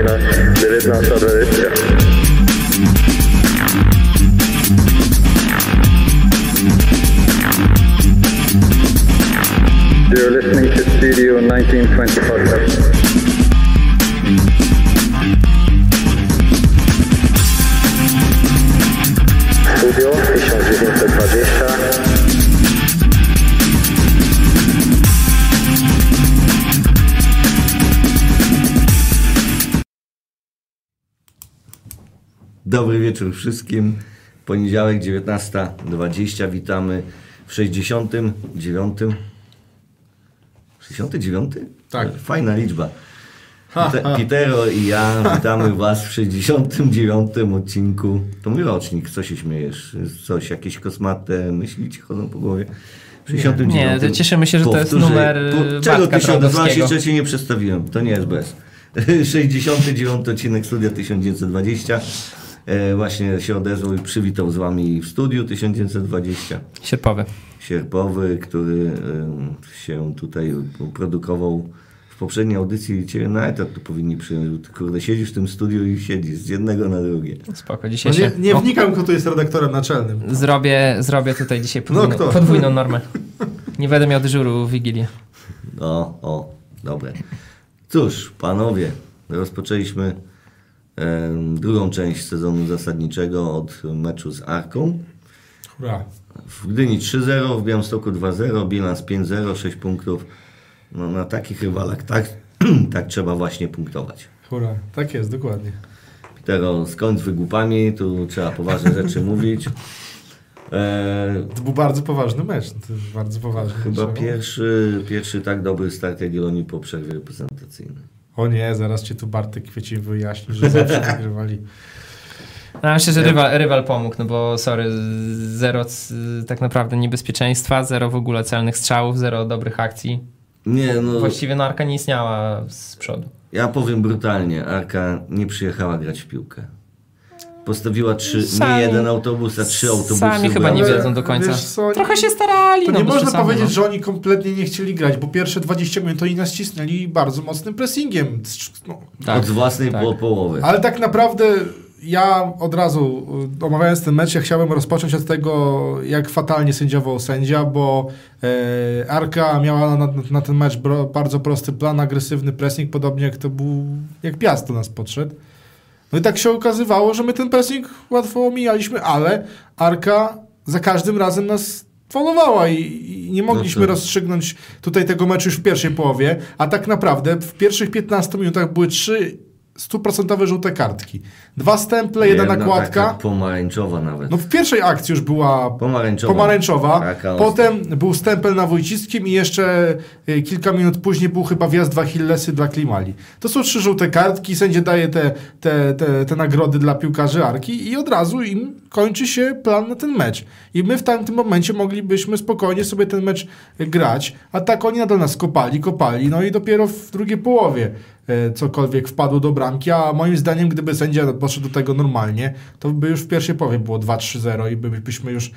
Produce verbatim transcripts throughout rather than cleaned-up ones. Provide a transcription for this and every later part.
godzina dziewiętnasta dwadzieścia. You're listening to Studio nineteen twenty podcast. Studio tysiąc dziewięćset dwadzieścia. Dobry wieczór wszystkim. Poniedziałek dziewiętnasta dwadzieścia. Witamy w sześćdziesiątym dziewiątym. sześćdziesiąty dziewiąty? Tak. Fajna liczba. Ha, Pite- ha. Pitero i ja witamy Was w sześćdziesiątym dziewiątym odcinku. To mój rocznik. Co się śmiejesz? Jest coś, jakieś kosmate myśli ci chodzą po głowie? W sześćdziesiątym dziewiątym. Nie, to cieszymy się, że to jest Powtórzę, numer po, Czego Bartka tysiąc dwa Trądowskiego. jeszcze nie przedstawiłem? To nie jest bez. sześćdziesiąty dziewiąty odcinek Studia tysiąc dziewięćset dwadzieścia. E, właśnie się odezwał i przywitał z Wami w studiu tysiąc dziewięćset dwadzieścia. Sierpowy. Sierpowy, który e, się tutaj produkował w poprzedniej audycji. Ciebie na etat tu powinni przyjąć. Kurde, siedzisz w tym studiu i siedzisz z jednego na drugie. Spoko, dzisiaj No nie, się... nie o, wnikam, kto tu jest redaktorem naczelnym. zrobię, zrobię tutaj dzisiaj podwójną, No kto? podwójną normę. Nie będę miał dyżuru w Wigilię. O, o, dobre. Cóż, panowie, rozpoczęliśmy e, drugą część sezonu zasadniczego od meczu z Arką. Hurra. W Gdyni trzy zero, w Białymstoku dwa zero, bilans pięć zero, sześć punktów. No, na takich rywalach tak, tak trzeba właśnie punktować. Hurra. Tak jest, dokładnie. Pitero, skończ wygłupami, tu trzeba poważne rzeczy mówić. E, To był bardzo poważny mecz. To jest bardzo poważny chyba mecz. pierwszy, pierwszy tak dobry start Jagiellonii po przerwie reprezentacyjnej. O nie, zaraz cię tu Bartek Kwiecień wyjaśni, że zawsze wygrywali. No, myślę, że rywal, rywal pomógł, no bo sorry, zero c- tak naprawdę niebezpieczeństwa, zero w ogóle celnych strzałów, zero dobrych akcji. Nie, no, Właściwie no, Arka nie istniała z przodu. ja powiem brutalnie, Arka nie przyjechała grać w piłkę. Postawiła trzy, Sami- nie jeden autobus, a trzy autobusy. Sami chyba nie brały. wiedzą do końca. Wiesz co, Trochę się starali. To no, nie bez można przesady, powiedzieć, no. że oni kompletnie nie chcieli grać, bo pierwsze dwadzieścia minut oni nas cisnęli bardzo mocnym pressingiem. No. Tak, Od własnej tak. po połowy. Ale tak naprawdę ja od razu, y, omawiając ten mecz, ja chciałem rozpocząć od tego, jak fatalnie sędziował sędzia, bo e, Arka miała na, na ten mecz bro, bardzo prosty plan, agresywny pressing, podobnie jak to był, jak Piast do nas podszedł. No i tak się okazywało, że my ten pressing łatwo omijaliśmy, ale Arka za każdym razem nas faulowała i, i nie mogliśmy No to- rozstrzygnąć tutaj tego meczu już w pierwszej połowie, a tak naprawdę w pierwszych piętnastu minutach były trzy stuprocentowe żółte kartki. Dwa stemple, jedna nakładka. Taka pomarańczowa nawet. No w pierwszej akcji już była Pomarańczowa. pomarańczowa, Taka potem był stempel na Wójcickim i jeszcze y, kilka minut później był chyba wjazd w Achillesy dla Klimali. To są trzy żółte kartki, sędzia daje te, te, te, te nagrody dla piłkarzy Arki i od razu im kończy się plan na ten mecz. I my w tamtym momencie moglibyśmy spokojnie sobie ten mecz grać, a tak oni nadal nas kopali, kopali, no i dopiero w drugiej połowie e, cokolwiek wpadło do bramki, a moim zdaniem gdyby sędzia podszedł do tego normalnie, to by już w pierwszej połowie było dwa trzy zero i by, byśmy już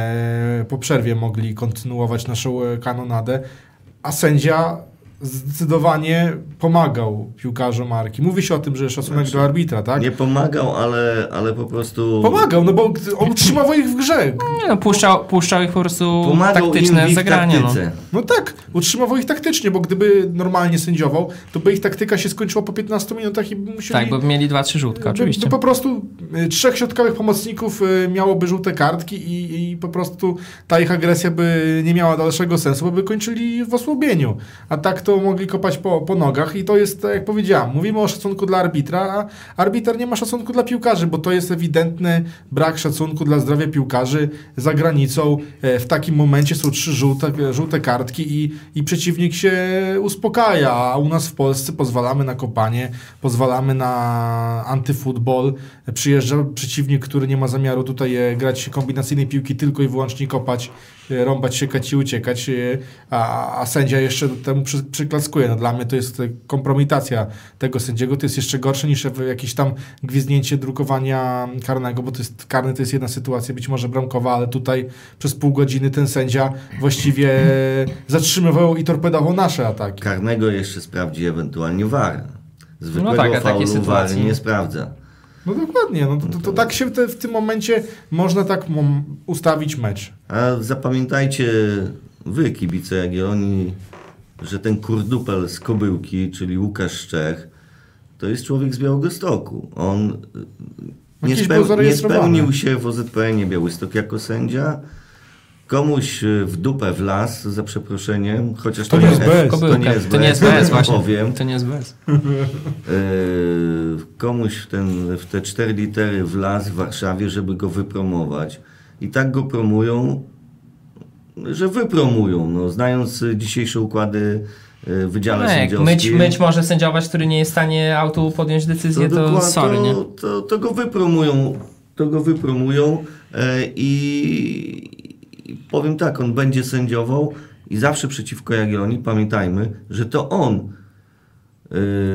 e, po przerwie mogli kontynuować naszą e, kanonadę, a sędzia zdecydowanie pomagał piłkarzom Arki. Mówi się o tym, że szacunek Znaczy, do arbitra, tak? Nie pomagał, ale, ale po prostu... Pomagał, no bo on utrzymywał ich w grze. Nie, no, puszczał, puszczał ich po prostu Pomagał taktyczne im w ich zagranie. No. taktyce. No tak, utrzymywał ich taktycznie, bo gdyby normalnie sędziował, to by ich taktyka się skończyła po piętnastu minutach i by musieli... Tak, bo mieli dwa, trzy żółtka, by, oczywiście. by po prostu y, trzech środkowych pomocników y, miałoby żółte kartki i, i po prostu ta ich agresja by nie miała dalszego sensu, bo by kończyli w osłabieniu. A tak to mogli kopać po, po nogach i to jest, tak jak powiedziałem, mówimy o szacunku dla arbitra, a arbiter nie ma szacunku dla piłkarzy, bo to jest ewidentny brak szacunku dla zdrowia piłkarzy za granicą. E, w takim momencie są trzy żółte, żółte kartki i, i przeciwnik się uspokaja, a u nas w Polsce pozwalamy na kopanie, pozwalamy na antyfutbol. Przyjeżdża przeciwnik, który nie ma zamiaru tutaj e, grać kombinacyjnej piłki, tylko i wyłącznie kopać, e, rąbać, siekać i uciekać, e, a, a sędzia jeszcze temu przy, przyklaskuje. No, dla mnie to jest kompromitacja tego sędziego, to jest jeszcze gorsze niż jakieś tam gwizdnięcie drukowania karnego, bo to jest karny, to jest jedna sytuacja, być może bramkowa, ale tutaj przez pół godziny ten sędzia właściwie zatrzymywał i torpedował nasze ataki. Karnego jeszcze sprawdzi ewentualnie V A R. Zwykłego No tak, a takie faulu V A R sytuacje. nie sprawdza. No dokładnie, no to, to, to tak się te, w tym momencie można tak mom, ustawić mecz. A zapamiętajcie wy, kibice Jagiellonii, że ten kurdupel z Kobyłki, czyli Łukasz Szczech, to jest człowiek z Białegostoku. On nie, Jakiś speł, był nie zarejestrowany. spełnił się w O Z P N-ie Białystok jako sędzia. Komuś w dupę wlazł, za przeproszeniem, chociaż To to, nie jest bez. to nie jest To nie jest bez, bez właśnie. powiem. To nie jest bez. Yy, komuś w, ten, w te cztery litery wlazł w Warszawie, żeby go wypromować. I tak go promują, że wypromują. No, znając dzisiejsze układy w Wydziale No, jak Sędziowskim. myć, myć może sędziować, który nie jest w stanie autu podjąć decyzję, to, dokładnie- sorry, nie? to, to, to go wypromują. To go wypromują e, i, i powiem tak, on będzie sędziował i zawsze przeciwko Jagiellonii. Pamiętajmy, że to on e,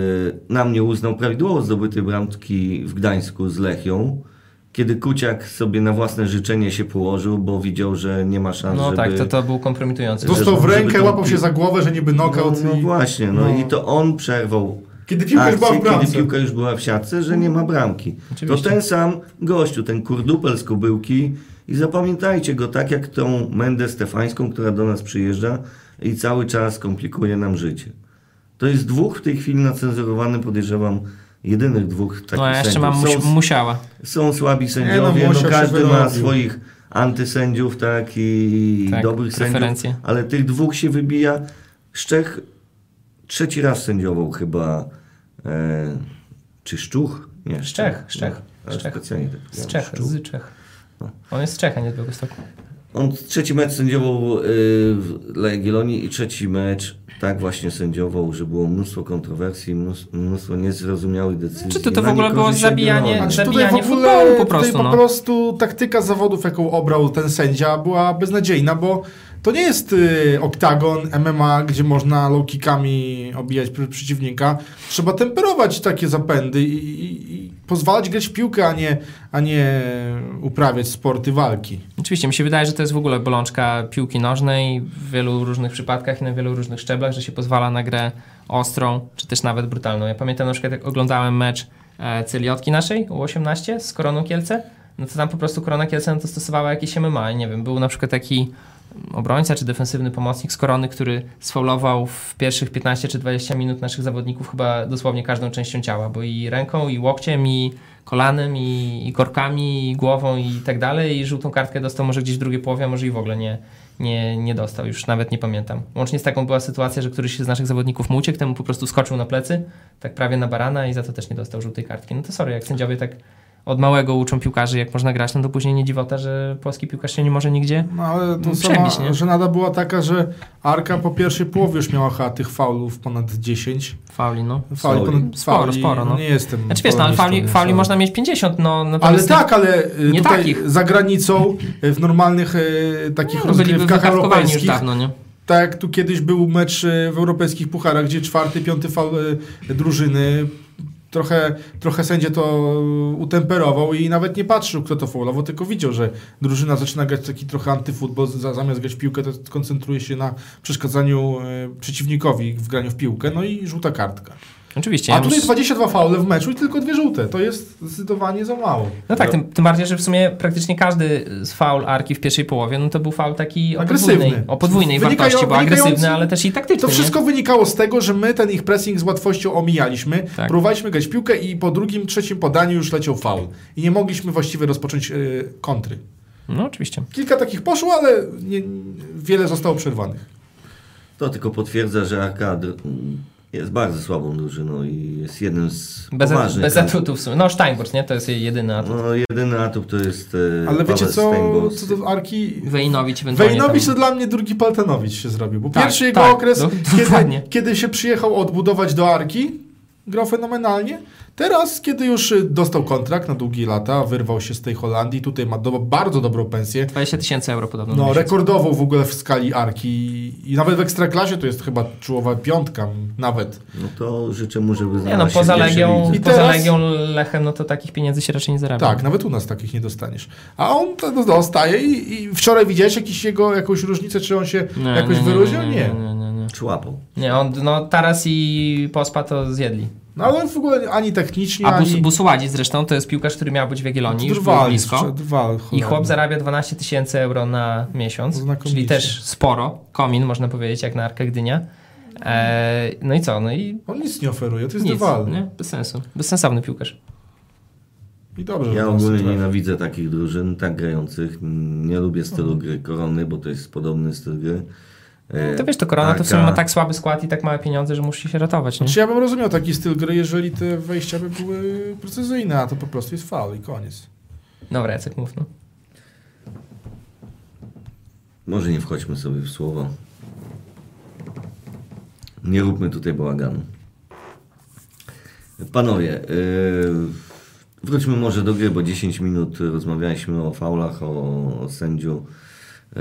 nam nie uznał prawidłowo zdobytej bramki w Gdańsku z Lechią, kiedy Kuciak sobie na własne życzenie się położył, bo widział, że nie ma szans, No żeby... tak, to, to był kompromitujący. Dostał w żeby rękę, tą łapał pi- się za głowę, że niby No, knockout. no i... właśnie, no, no. i to on przerwał Kiedy piłka już była akcję, w bramce. kiedy piłka już była w siatce, że nie ma bramki. Oczywiście. To ten sam gościu, ten kurdupel z Kobyłki i zapamiętajcie go tak jak tą Mendę Stefańską, która do nas przyjeżdża i cały czas komplikuje nam życie. To jest dwóch w tej chwili nacenzurowanych, podejrzewam, jedynych dwóch takich No ja jeszcze sędziów. mam mus- Są, musiała. są słabi no, sędziowie, no, Musiał się każdy ma wyrobił. swoich antysędziów, tak, i Tak, dobrych sędziów, preferencje. ale tych dwóch się wybija. Szczech trzeci raz sędziował chyba, e, czy Szczuch? Nie, Szczech, Szczech, No, ale Szczech. specjalnie tak Z powiedziałem, Czech, Szczuch. z Czech. No. On jest z Czech, a nie z Białegostoku. On trzeci mecz sędziował y, dla Jagiellonii i trzeci mecz tak właśnie sędziował, że było mnóstwo kontrowersji, mnóstwo, mnóstwo niezrozumiałych decyzji. Czy to- to w na ogóle było niekorzyść zabijanie- Jagiellonii. Znaczy, zabijanie tutaj w ogóle, futbolu po prostu, Tutaj po no. prostu taktyka zawodów, jaką obrał ten sędzia, była beznadziejna, bo to nie jest y, oktagon, M M A, gdzie można low kickami obijać pr- przeciwnika. Trzeba temperować takie zapędy i, i, i pozwalać grać w piłkę, a nie, a nie uprawiać sporty walki. Oczywiście, mi się wydaje, że to jest w ogóle bolączka piłki nożnej w wielu różnych przypadkach i na wielu różnych szczeblach, że się pozwala na grę ostrą, czy też nawet brutalną. Ja pamiętam na przykład, jak oglądałem mecz e, Celiotki naszej U osiemnaście z Koroną Kielce, no to tam po prostu Korona Kielce no to stosowała jakieś M M A i nie wiem, był na przykład taki obrońca czy defensywny pomocnik z Korony, który sfaulował w pierwszych piętnaście czy dwadzieścia minut naszych zawodników chyba dosłownie każdą częścią ciała, bo i ręką, i łokciem, i kolanem, i, i korkami, i głową i tak dalej i żółtą kartkę dostał może gdzieś w drugiej połowie, a może i w ogóle nie, nie, nie dostał, już nawet nie pamiętam. Łącznie z taką była sytuacja, że któryś z naszych zawodników mu uciekł, temu po prostu skoczył na plecy, tak prawie na barana i za to też nie dostał żółtej kartki. No to sorry, jak sędziowie tak od małego uczą piłkarzy, jak można grać, no to później nie dziwota, że polski piłkarz się nie może nigdzie No ale to przebić, sama nie? żenada była taka, że Arka po pierwszej połowie już miała chyba tych faulów ponad dziesięć. fauli, no. Fauli, Sorry. ponad, Sporo, fauli, sporo, no. Nie jestem. Znaczy wiesz, no, ale polonistą, fauli, nie, fauli sorry. można mieć pięćdziesiąt, no. Ale natomiast tak, ale y, nie tutaj takich. za granicą, y, w normalnych y, takich no, byliby rozgrywkach wykartkowani już europejskich, dawno, nie? tak jak tu kiedyś był mecz y, w europejskich pucharach, gdzie czwarty, piąty faul y, drużyny, trochę, trochę sędzia to utemperował i nawet nie patrzył, kto to faulował, tylko widział, że drużyna zaczyna grać taki trochę antyfutbol, za, zamiast grać w piłkę, to koncentruje się na przeszkadzaniu y, przeciwnikowi w graniu w piłkę, no i żółta kartka. Oczywiście. A ja tutaj mus- dwadzieścia dwa faule w meczu i tylko dwie żółte. To jest zdecydowanie za mało. No tak, tym, tym bardziej, że w sumie praktycznie każdy z faul Arki w pierwszej połowie, no to był faul taki o Agresywny. podwójnej, o podwójnej Wynikają- wartości, bo agresywny, wynikający- ale też i taktyczny. To nie? wszystko wynikało z tego, że my ten ich pressing z łatwością omijaliśmy, Tak. próbowaliśmy grać w piłkę i po drugim, trzecim podaniu już leciał faul. I nie mogliśmy właściwie rozpocząć yy, kontry. No oczywiście. Kilka takich poszło, ale nie, wiele zostało przerwanych. To tylko potwierdza, że Arkad jest bardzo słabą drużyną i jest jednym z Bez, poważnych bez kandydatów. atutów w sumie. No Steinbock, nie? To jest jej jedyny atut. No, jedyny atut to jest e, Ale Paweł wiecie co, Steinbock. co do Arki... Wejnowicz ewentualnie Wejnowicz to tam. dla mnie drugi Paltanowicz się zrobił, bo Tak, pierwszy jego tak, okres, do- kiedy, dokładnie. kiedy się przyjechał odbudować do Arki, grał fenomenalnie. Teraz, kiedy już y, dostał kontrakt na długie lata, wyrwał się z tej Holandii, tutaj ma do, bardzo dobrą pensję, dwadzieścia tysięcy euro podobno. na no miesiąc. rekordową w ogóle w skali Arki i nawet w Ekstraklasie to jest chyba czołowa piątka nawet. No to życzę mu, żeby Nie znalazł no, się poza w pierwszej Legią, lidze. I poza teraz- Legią Lechem, no to takich pieniędzy się raczej nie zarabia. Tak, nawet u nas takich nie dostaniesz. A on to no, dostaje i, i wczoraj widziałeś jakiś jego, jakąś różnicę, czy on się jakoś wyróżnił? Nie. Nie, nie, nie, nie. Człapą. Nie, on, no Taras i Pospa to zjedli. No ale w ogóle ani technicznie, A Bus, ani... Busuładzi zresztą to jest piłkarz, który miał być w Jagiellonii, już był Drwal, blisko. Drwal, I chłop zarabia dwanaście tysięcy euro na miesiąc, Znakomicie. czyli też sporo. Komin, można powiedzieć, jak na Arkę Gdynia. E, no i co? No i On nic nie oferuje, to jest nic, Drwal. nie? Bez sensu. Bezsensowny piłkarz. I dobrze, Ja że nas ogólnie trafi. nienawidzę takich drużyn, tak grających. Nie lubię stylu gry Korony, bo to jest podobny styl gry. E, To wiesz, to Korona to w Arka- sumie ma tak słaby skład i tak małe pieniądze, że musi się ratować, nie? Znaczy ja bym rozumiał taki styl gry, jeżeli te wejścia by były precyzyjne, a to po prostu jest faul i koniec. Dobra, Jacek, mów, no. Może nie wchodźmy sobie w słowo. Nie róbmy tutaj bałaganu. Panowie, yy, wróćmy może do gry, bo dziesięć minut rozmawialiśmy o faulach, o, o sędziu yy,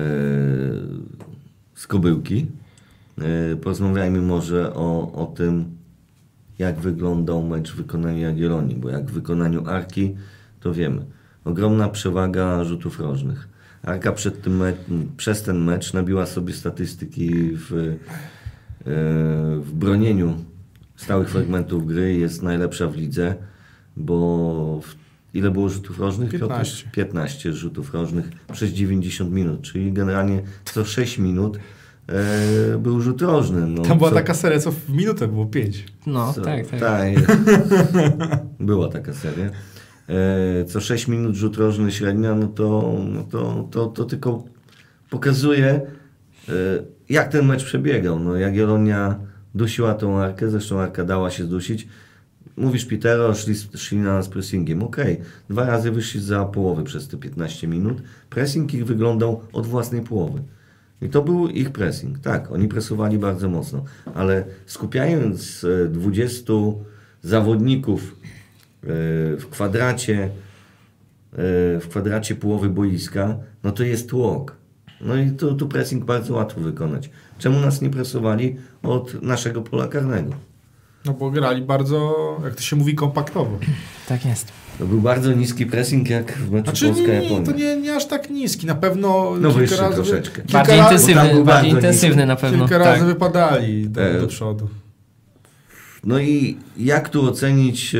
z Kobyłki. Yy, porozmawiajmy może o, o tym, jak wyglądał mecz w wykonaniu Jagiellonii, bo jak w wykonaniu Arki, to wiemy. Ogromna przewaga rzutów rożnych. Arka przed tym me- przez ten mecz nabiła sobie statystyki w, yy, w bronieniu stałych fragmentów gry, jest najlepsza w lidze, bo w, ile było rzutów rożnych? piętnaście. piętnaście rzutów rożnych przez dziewięćdziesiąt minut, czyli generalnie co sześć minut e, był rzut rożny. No, Tam była co, taka seria, co w minutę było pięć. No, co, tak, tak. tak. Była taka seria. E, co sześć minut rzut rożny średnia, no to, no to, to, to tylko pokazuje, e, jak ten mecz przebiegał. No, Jagiellonia dusiła tą Arkę, zresztą Arka dała się zdusić. Mówisz, Pitero, szli, szli na nas pressingiem. Okej, okay. Dwa razy wyszli za połowy przez te piętnaście minut. Pressing ich wyglądał od własnej połowy. I to był ich pressing. Tak, oni presowali bardzo mocno, ale skupiając dwudziestu zawodników w kwadracie, w kwadracie połowy boiska, no to jest tłok. No i tu, tu pressing bardzo łatwo wykonać. Czemu nas nie presowali od naszego pola karnego? No bo grali bardzo, jak to się mówi, kompaktowo. Tak jest. To był bardzo niski pressing jak w meczu Znaczy nie, nie, Polska-Japonia. to nie, nie aż tak niski. Na pewno No kilka wyższy razy, troszeczkę. kilka Bardziej razy, Bo tam intensywny, był bardziej bardzo intensywny na pewno. kilka tak. razy wypadali do, E, do przodu. No i jak tu ocenić e,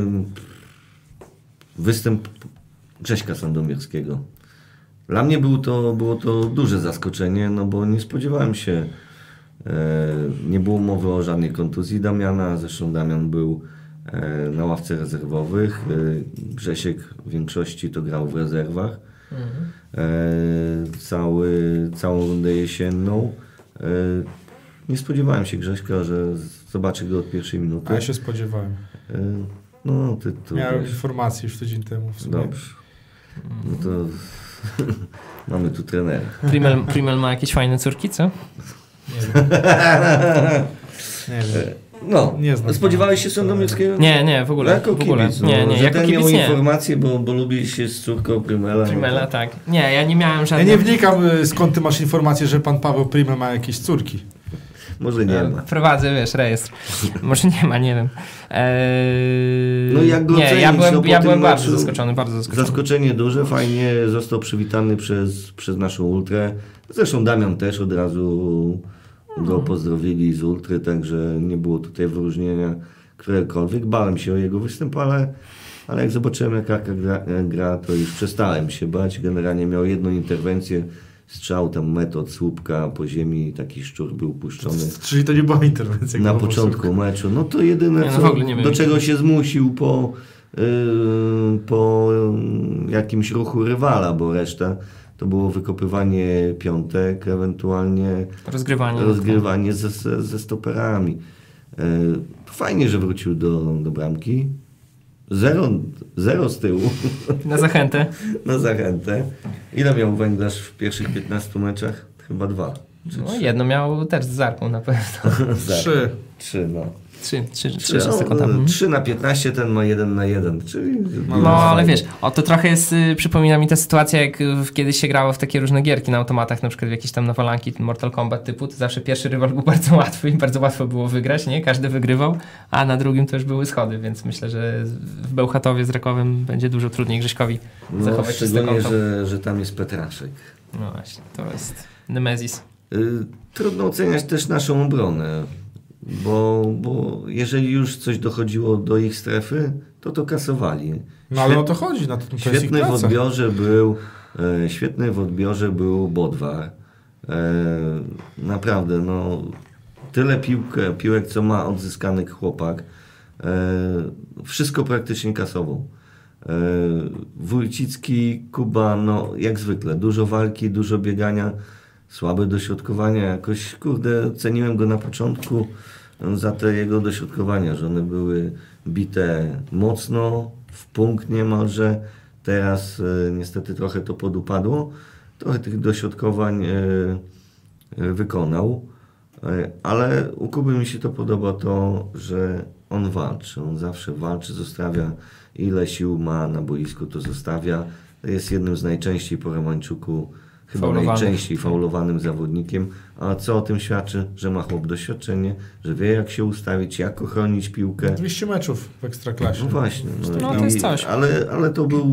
występ Grześka Sandomierskiego? Dla mnie był to, było to duże zaskoczenie, no bo nie spodziewałem się, e, nie było mowy o żadnej kontuzji Damiana, zresztą Damian był e, na ławce rezerwowych, e, Grzesiek w większości to grał w rezerwach, Mhm. e, cały, całą rundę jesienną. E, nie spodziewałem się Grześka, że zobaczę go od pierwszej minuty. A ja się spodziewałem. E, no, ty tu Miałem wiesz. informację już tydzień temu w sumie. Dobrze. No to mamy tu trenera. Primel, Primel ma jakieś fajne córki, co? Nie wiem. Nie wiem. No, Nie znam spodziewałeś się pana. Sandomierskiego? Nie, nie, w ogóle. Jako w ogóle. kibic, no, Nie, nie, że jako ten miał kibic nie. informację, bo, bo lubi się z córką Primela. Primela, no to, tak. Nie, ja nie miałem Ja żadnych... nie wnikam, y, skąd ty masz informację, że pan Paweł Primel ma jakieś córki. Może nie ma. Prowadzę, wiesz, rejestr. Może nie ma, nie wiem. Eee... No jak go Nie, ja ocenić? byłem, No po ja tym byłem bardzo meczu zaskoczony, bardzo zaskoczony. Zaskoczenie duże, fajnie został przywitany przez, przez naszą ultrę. Zresztą Damian też od razu go pozdrowili z ultry, także nie było tutaj wyróżnienia któregokolwiek. Bałem się o jego występ, ale, ale jak zobaczyłem jak Arka gra, gra, to już przestałem się bać. Generalnie miał jedną interwencję, strzał tam metr od słupka po ziemi, taki szczur był puszczony Czyli to nie była interwencja. na po początku prostu. meczu. No to jedyne, Nie, no co, w ogóle nie wiem. do czego się zmusił po, yy, po yy, jakimś ruchu rywala, bo reszta to było wykopywanie piątek, ewentualnie Rozgrywanie. rozgrywanie ze, ze, ze stoperami. Yy, fajnie, że wrócił do, do bramki. Zero, zero z tyłu Na zachętę. na zachętę. Ile miał Węglarz w pierwszych piętnastu meczach? Chyba dwa. Czy No, trzy? jedno miał też z Zarką na pewno. Trzy. Trzy, no. Trzy, trzy, trzy, Trzy, szóste no, kąta. Mhm. trzy na piętnaście, ten ma jeden na jeden, czyli... No, ale wiesz, o to trochę jest, y, przypomina mi ta sytuacja, jak y, w- kiedyś się grało w takie różne gierki na automatach, na przykład w jakieś tam nawalanki Mortal Kombat typu, to zawsze pierwszy rywal był bardzo łatwy i bardzo łatwo było wygrać, nie? Każdy wygrywał, a na drugim to już były schody, więc myślę, że w Bełchatowie z Rakowem będzie dużo trudniej Grześkowi No, zachować czyste szczególnie, konto. że, że tam jest Petraszek. No właśnie, to jest Nemezis. Y, trudno oceniać też naszą obronę. bo, bo jeżeli już coś dochodziło do ich strefy, to to kasowali. No ale o to chodzi. Na to, to jest ich Świetny w praca. odbiorze był e, świetny w odbiorze był Bodwar. E, naprawdę, no tyle piłkę, piłek, co ma odzyskanych chłopak. E, wszystko praktycznie kasował. E, Wójcicki, Kuba, no jak zwykle, dużo walki, dużo biegania, słabe dośrodkowania. Jakoś, kurde, ceniłem go na początku za te jego dośrodkowania, że one były bite mocno, w punkt niemalże. Teraz e, niestety trochę to podupadło. Trochę tych dośrodkowań e, e, wykonał. E, ale u Kuby mi się to podoba to, że on walczy. On zawsze walczy, zostawia ile sił ma na boisku, to zostawia. Jest jednym z najczęściej po Romańczuku, chyba Faulowanych. najczęściej faulowanym zawodnikiem. A co o tym świadczy? Że ma chłop doświadczenie, że wie jak się ustawić, jak ochronić piłkę. dwieście meczów w Ekstraklasie. No właśnie. No to jest coś. Ale, ale to był...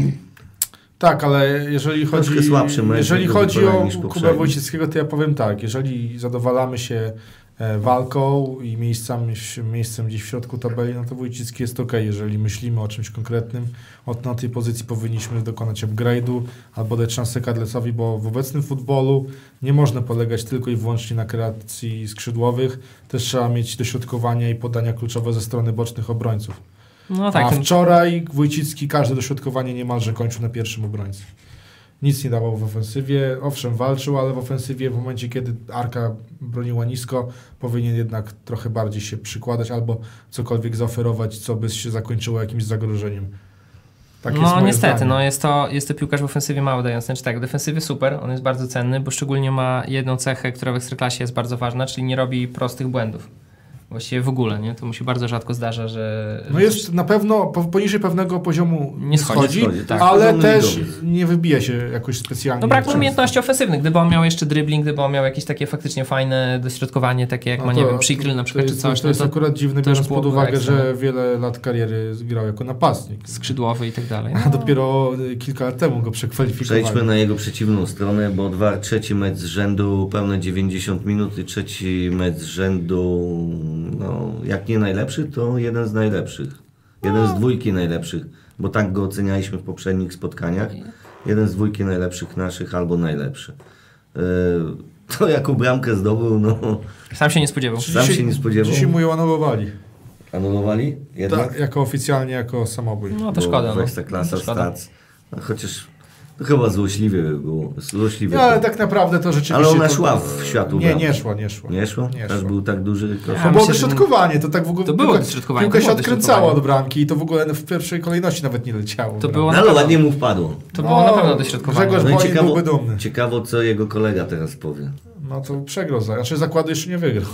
Tak, ale jeżeli chodzi, Troszkę słabszy mecz, jeżeli jak chodzi wykonali o niż Kubę poprzedni. Wojcieckiego, to ja powiem tak, jeżeli zadowalamy się e, walką i miejscami, miejscem gdzieś w środku tabeli, no to Wojcicki jest ok. Jeżeli myślimy o czymś konkretnym, od na tej pozycji powinniśmy dokonać upgrade'u albo dać szansę Kadlecowi, bo w obecnym futbolu nie można polegać tylko i wyłącznie na kreacji skrzydłowych, też trzeba mieć dośrodkowania i podania kluczowe ze strony bocznych obrońców. No tak, A ten, wczoraj Wójcicki każde dośrodkowanie niemalże kończył na pierwszym obrońcy. Nic nie dawał w ofensywie. Owszem, walczył, ale w ofensywie w momencie, kiedy Arka broniła nisko, powinien jednak trochę bardziej się przykładać albo cokolwiek zaoferować, co by się zakończyło jakimś zagrożeniem. Tak jest no moje niestety, zdanie. no jest to, jest to piłkarz w ofensywie mało dający. Znaczy tak, w defensywie super, on jest bardzo cenny, bo szczególnie ma jedną cechę, która w Ekstraklasie jest bardzo ważna, czyli nie robi prostych błędów. Właściwie w ogóle, nie? To mu się bardzo rzadko zdarza, że... No jest na pewno po- poniżej pewnego poziomu Nie nie schodzi, schodzi, schodzi, tak. ale Porządny też ligowiec. nie wybija się jakoś specjalnie. No brak często. umiejętności ofensywnych. Gdyby on miał jeszcze dribbling, gdyby on miał jakieś takie faktycznie fajne dośrodkowanie, takie jak No ma, to- nie wiem, Przykryl na przykład, to czy jest, coś, To jest no to akurat dziwne, to już biorąc pod byłoby uwagę, ekstra. że wiele lat kariery grał jako napastnik. skrzydłowy i tak dalej. A dopiero y, kilka lat temu go przekwalifikowali. Przejdźmy na jego przeciwną stronę, bo dwa, trzeci mecz z rzędu, pełne dziewięćdziesiąt minut i trzeci mecz z rzędu, no jak nie najlepszy, to jeden z najlepszych. Jeden z dwójki najlepszych, bo tak go ocenialiśmy w poprzednich spotkaniach. Jeden z dwójki najlepszych naszych albo najlepszy. Yy, to jaką bramkę zdobył, no Sam się nie spodziewał. sam się nie spodziewał. Dzisiaj mu ją anulowali. Anulowali jednak? Tak, jako oficjalnie, jako samobój. No to Bo szkoda. w No. Ekstraklasa To szkoda. Stats, no, chociaż to chyba złośliwie by było. Złośliwie No ale tak naprawdę to rzeczywiście... Ale ona to, szła w światło Nie, bramki. nie szła, nie szła. Nie szło? Nie Też szła. był tak duży Ja To koszt. było myślę, że- dośrodkowanie, to tak w ogóle... To było piłka- dośrodkowanie, Piłka to się było odkręcała dośrodkowanie. od bramki i to w ogóle w pierwszej kolejności nawet nie leciało. To no. było No na ale pewno, ładnie mu wpadło. to było na pewno dośrodkowanie. Grzegorz No i Bonin ciekawo, byłby dumny. ciekawo, co jego kolega teraz powie. No to przegrał. za- Znaczy zakładu jeszcze nie wygrał.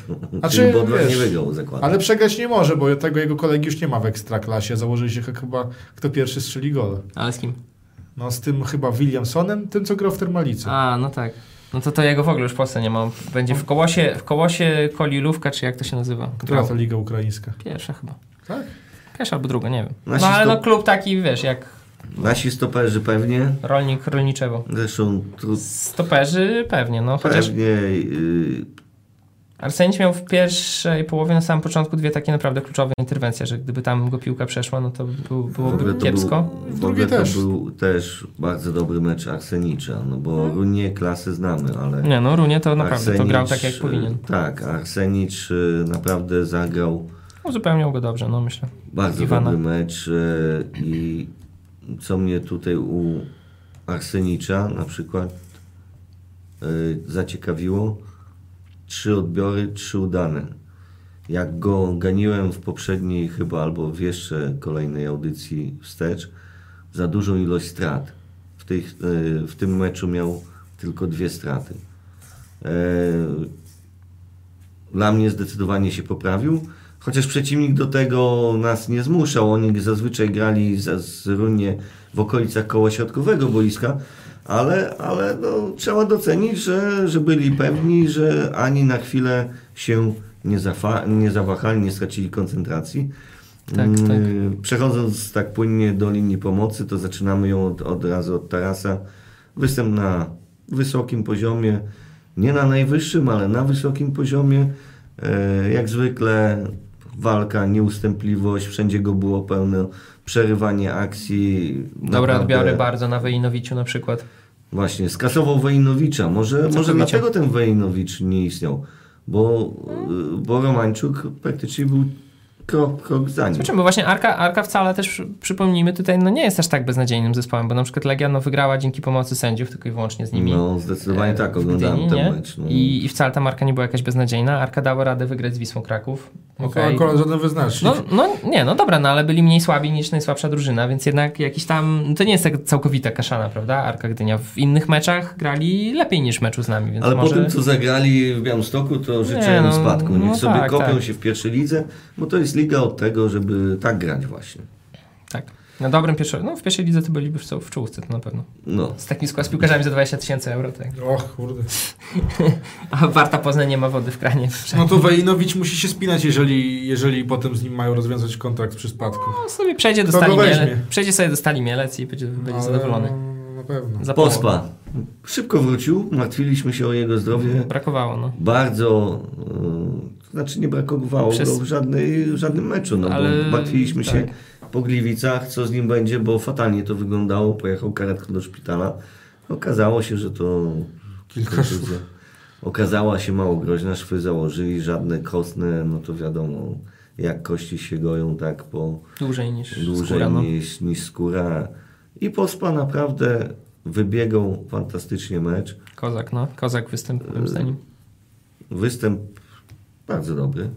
A Czyli czy, Bodwar wiesz, nie wygrał zakładu. Ale przegrać nie może, bo tego jego kolegi już nie ma w Ekstraklasie. Założyli się chyba, kto pierwszy strzeli gola. Ale z kim? No z tym chyba Williamsonem, tym co grał w Termalice. A, no tak. No to to jego w ogóle już w Polsce nie ma. Będzie w Kołosie, w Kołosie Kolilówka, czy jak to się nazywa? Która to liga ukraińska? Pierwsza chyba. Tak? Pierwsza albo druga, nie wiem. No Nasi ale no stop- klub taki, wiesz, jak Nasi stoperzy pewnie. rolnik rolniczewo. Zresztą tu Stoperzy pewnie, no chociaż pewnie yy, Arsenicz miał w pierwszej połowie, na samym początku dwie takie naprawdę kluczowe interwencje, że gdyby tam go piłka przeszła, no to był, w ogóle byłoby to kiepsko. Był, w Drugie ogóle to też. był też bardzo dobry mecz Arsenicza, no bo Runie klasy znamy, ale Nie no, Runie to naprawdę to Arsenicz, grał tak jak powinien. Tak, Arsenicz yy, naprawdę zagrał Uzupełniał go dobrze, no myślę. bardzo Iwana. dobry mecz yy, i co mnie tutaj u Arsenicza na przykład yy, zaciekawiło, trzy odbiory, trzy udane. Jak go ganiłem w poprzedniej chyba albo w jeszcze kolejnej audycji wstecz, za dużą ilość strat. W, tej, yy, w tym meczu miał tylko dwie straty. Yy, Dla mnie zdecydowanie się poprawił, chociaż przeciwnik do tego nas nie zmuszał. Oni zazwyczaj grali z, z Runie w okolicach koła środkowego boiska, ale, ale no, trzeba docenić, że, że byli pewni, że ani na chwilę się nie, zafa- nie zawahali, nie stracili koncentracji. Tak, tak. Mm, Przechodząc tak płynnie do linii pomocy, to zaczynamy ją od, od razu od Tarasa. Występ na wysokim poziomie, nie na najwyższym, ale na wysokim poziomie. E, jak zwykle walka, nieustępliwość, wszędzie go było pełno, przerywanie akcji. Dobre naprawdę... odbiory bardzo na Wejinowiciu na przykład. Właśnie, skasował Wejinowicza. Może, może dlatego ten Wejinowicz nie istniał, bo, bo Romańczuk praktycznie był krok, krok za nim. Zobaczymy, bo właśnie Arka, Arka wcale też, przypomnijmy, tutaj no nie jest aż tak beznadziejnym zespołem, bo na przykład Legia no, wygrała dzięki pomocy sędziów, tylko i wyłącznie z nimi. No, zdecydowanie e, tak, oglądałem Gdyni, ten nie? mecz. No. I, I wcale ta Arka nie była jakaś beznadziejna. Arka dała radę wygrać z Wisłą Kraków. Okay. Okay. Akurat żaden wyznacznik. No, no nie, no dobra, no ale byli mniej słabi niż najsłabsza drużyna, więc jednak jakiś tam, to nie jest tak całkowita kaszana, prawda, Arka Gdynia. W innych meczach grali lepiej niż w meczu z nami, więc Ale może... po tym, co zagrali w Białymstoku, to życzę Nie, im no, spadku. Niech no sobie tak, kopią tak. się w pierwszej lidze, bo to jest liga od tego, żeby tak grać właśnie. Tak. Na dobrym pierwszym, no w pierwszej lidze to byliby w, w czołówce, to na pewno. No. Z takim składem z piłkarzami za dwadzieścia tysięcy euro, tak. Och, kurde. A Warta Poznań nie ma wody w kranie. No to Wejinowicz musi się spinać, jeżeli, jeżeli potem z nim mają rozwiązać kontrakt przy spadku. No sobie przejdzie do Kogo Stali weźmie? Mielec, przejdzie sobie do Stali Mielec i będzie, będzie Ale zadowolony. Na pewno. Za połowę. Pospa. Szybko wrócił, martwiliśmy się o jego zdrowie. Brakowało, no. Bardzo, yy, to znaczy nie brakowało Przez- go w, żadnej, w żadnym meczu, no Ale- bo martwiliśmy się tak. po Gliwicach, co z nim będzie, bo fatalnie to wyglądało, pojechał karetką do szpitala. Okazało się, że to Kilka szwów. okazała się mało groźna, szwy założyli, żadne kostne, no to wiadomo, jak kości się goją, tak po Dłużej niż dłużej skóra, no. niż, niż skóra. I Pospa naprawdę wybiegał fantastycznie mecz. Kozak, no. Kozak występ moim zdaniem. Występ bardzo dobry.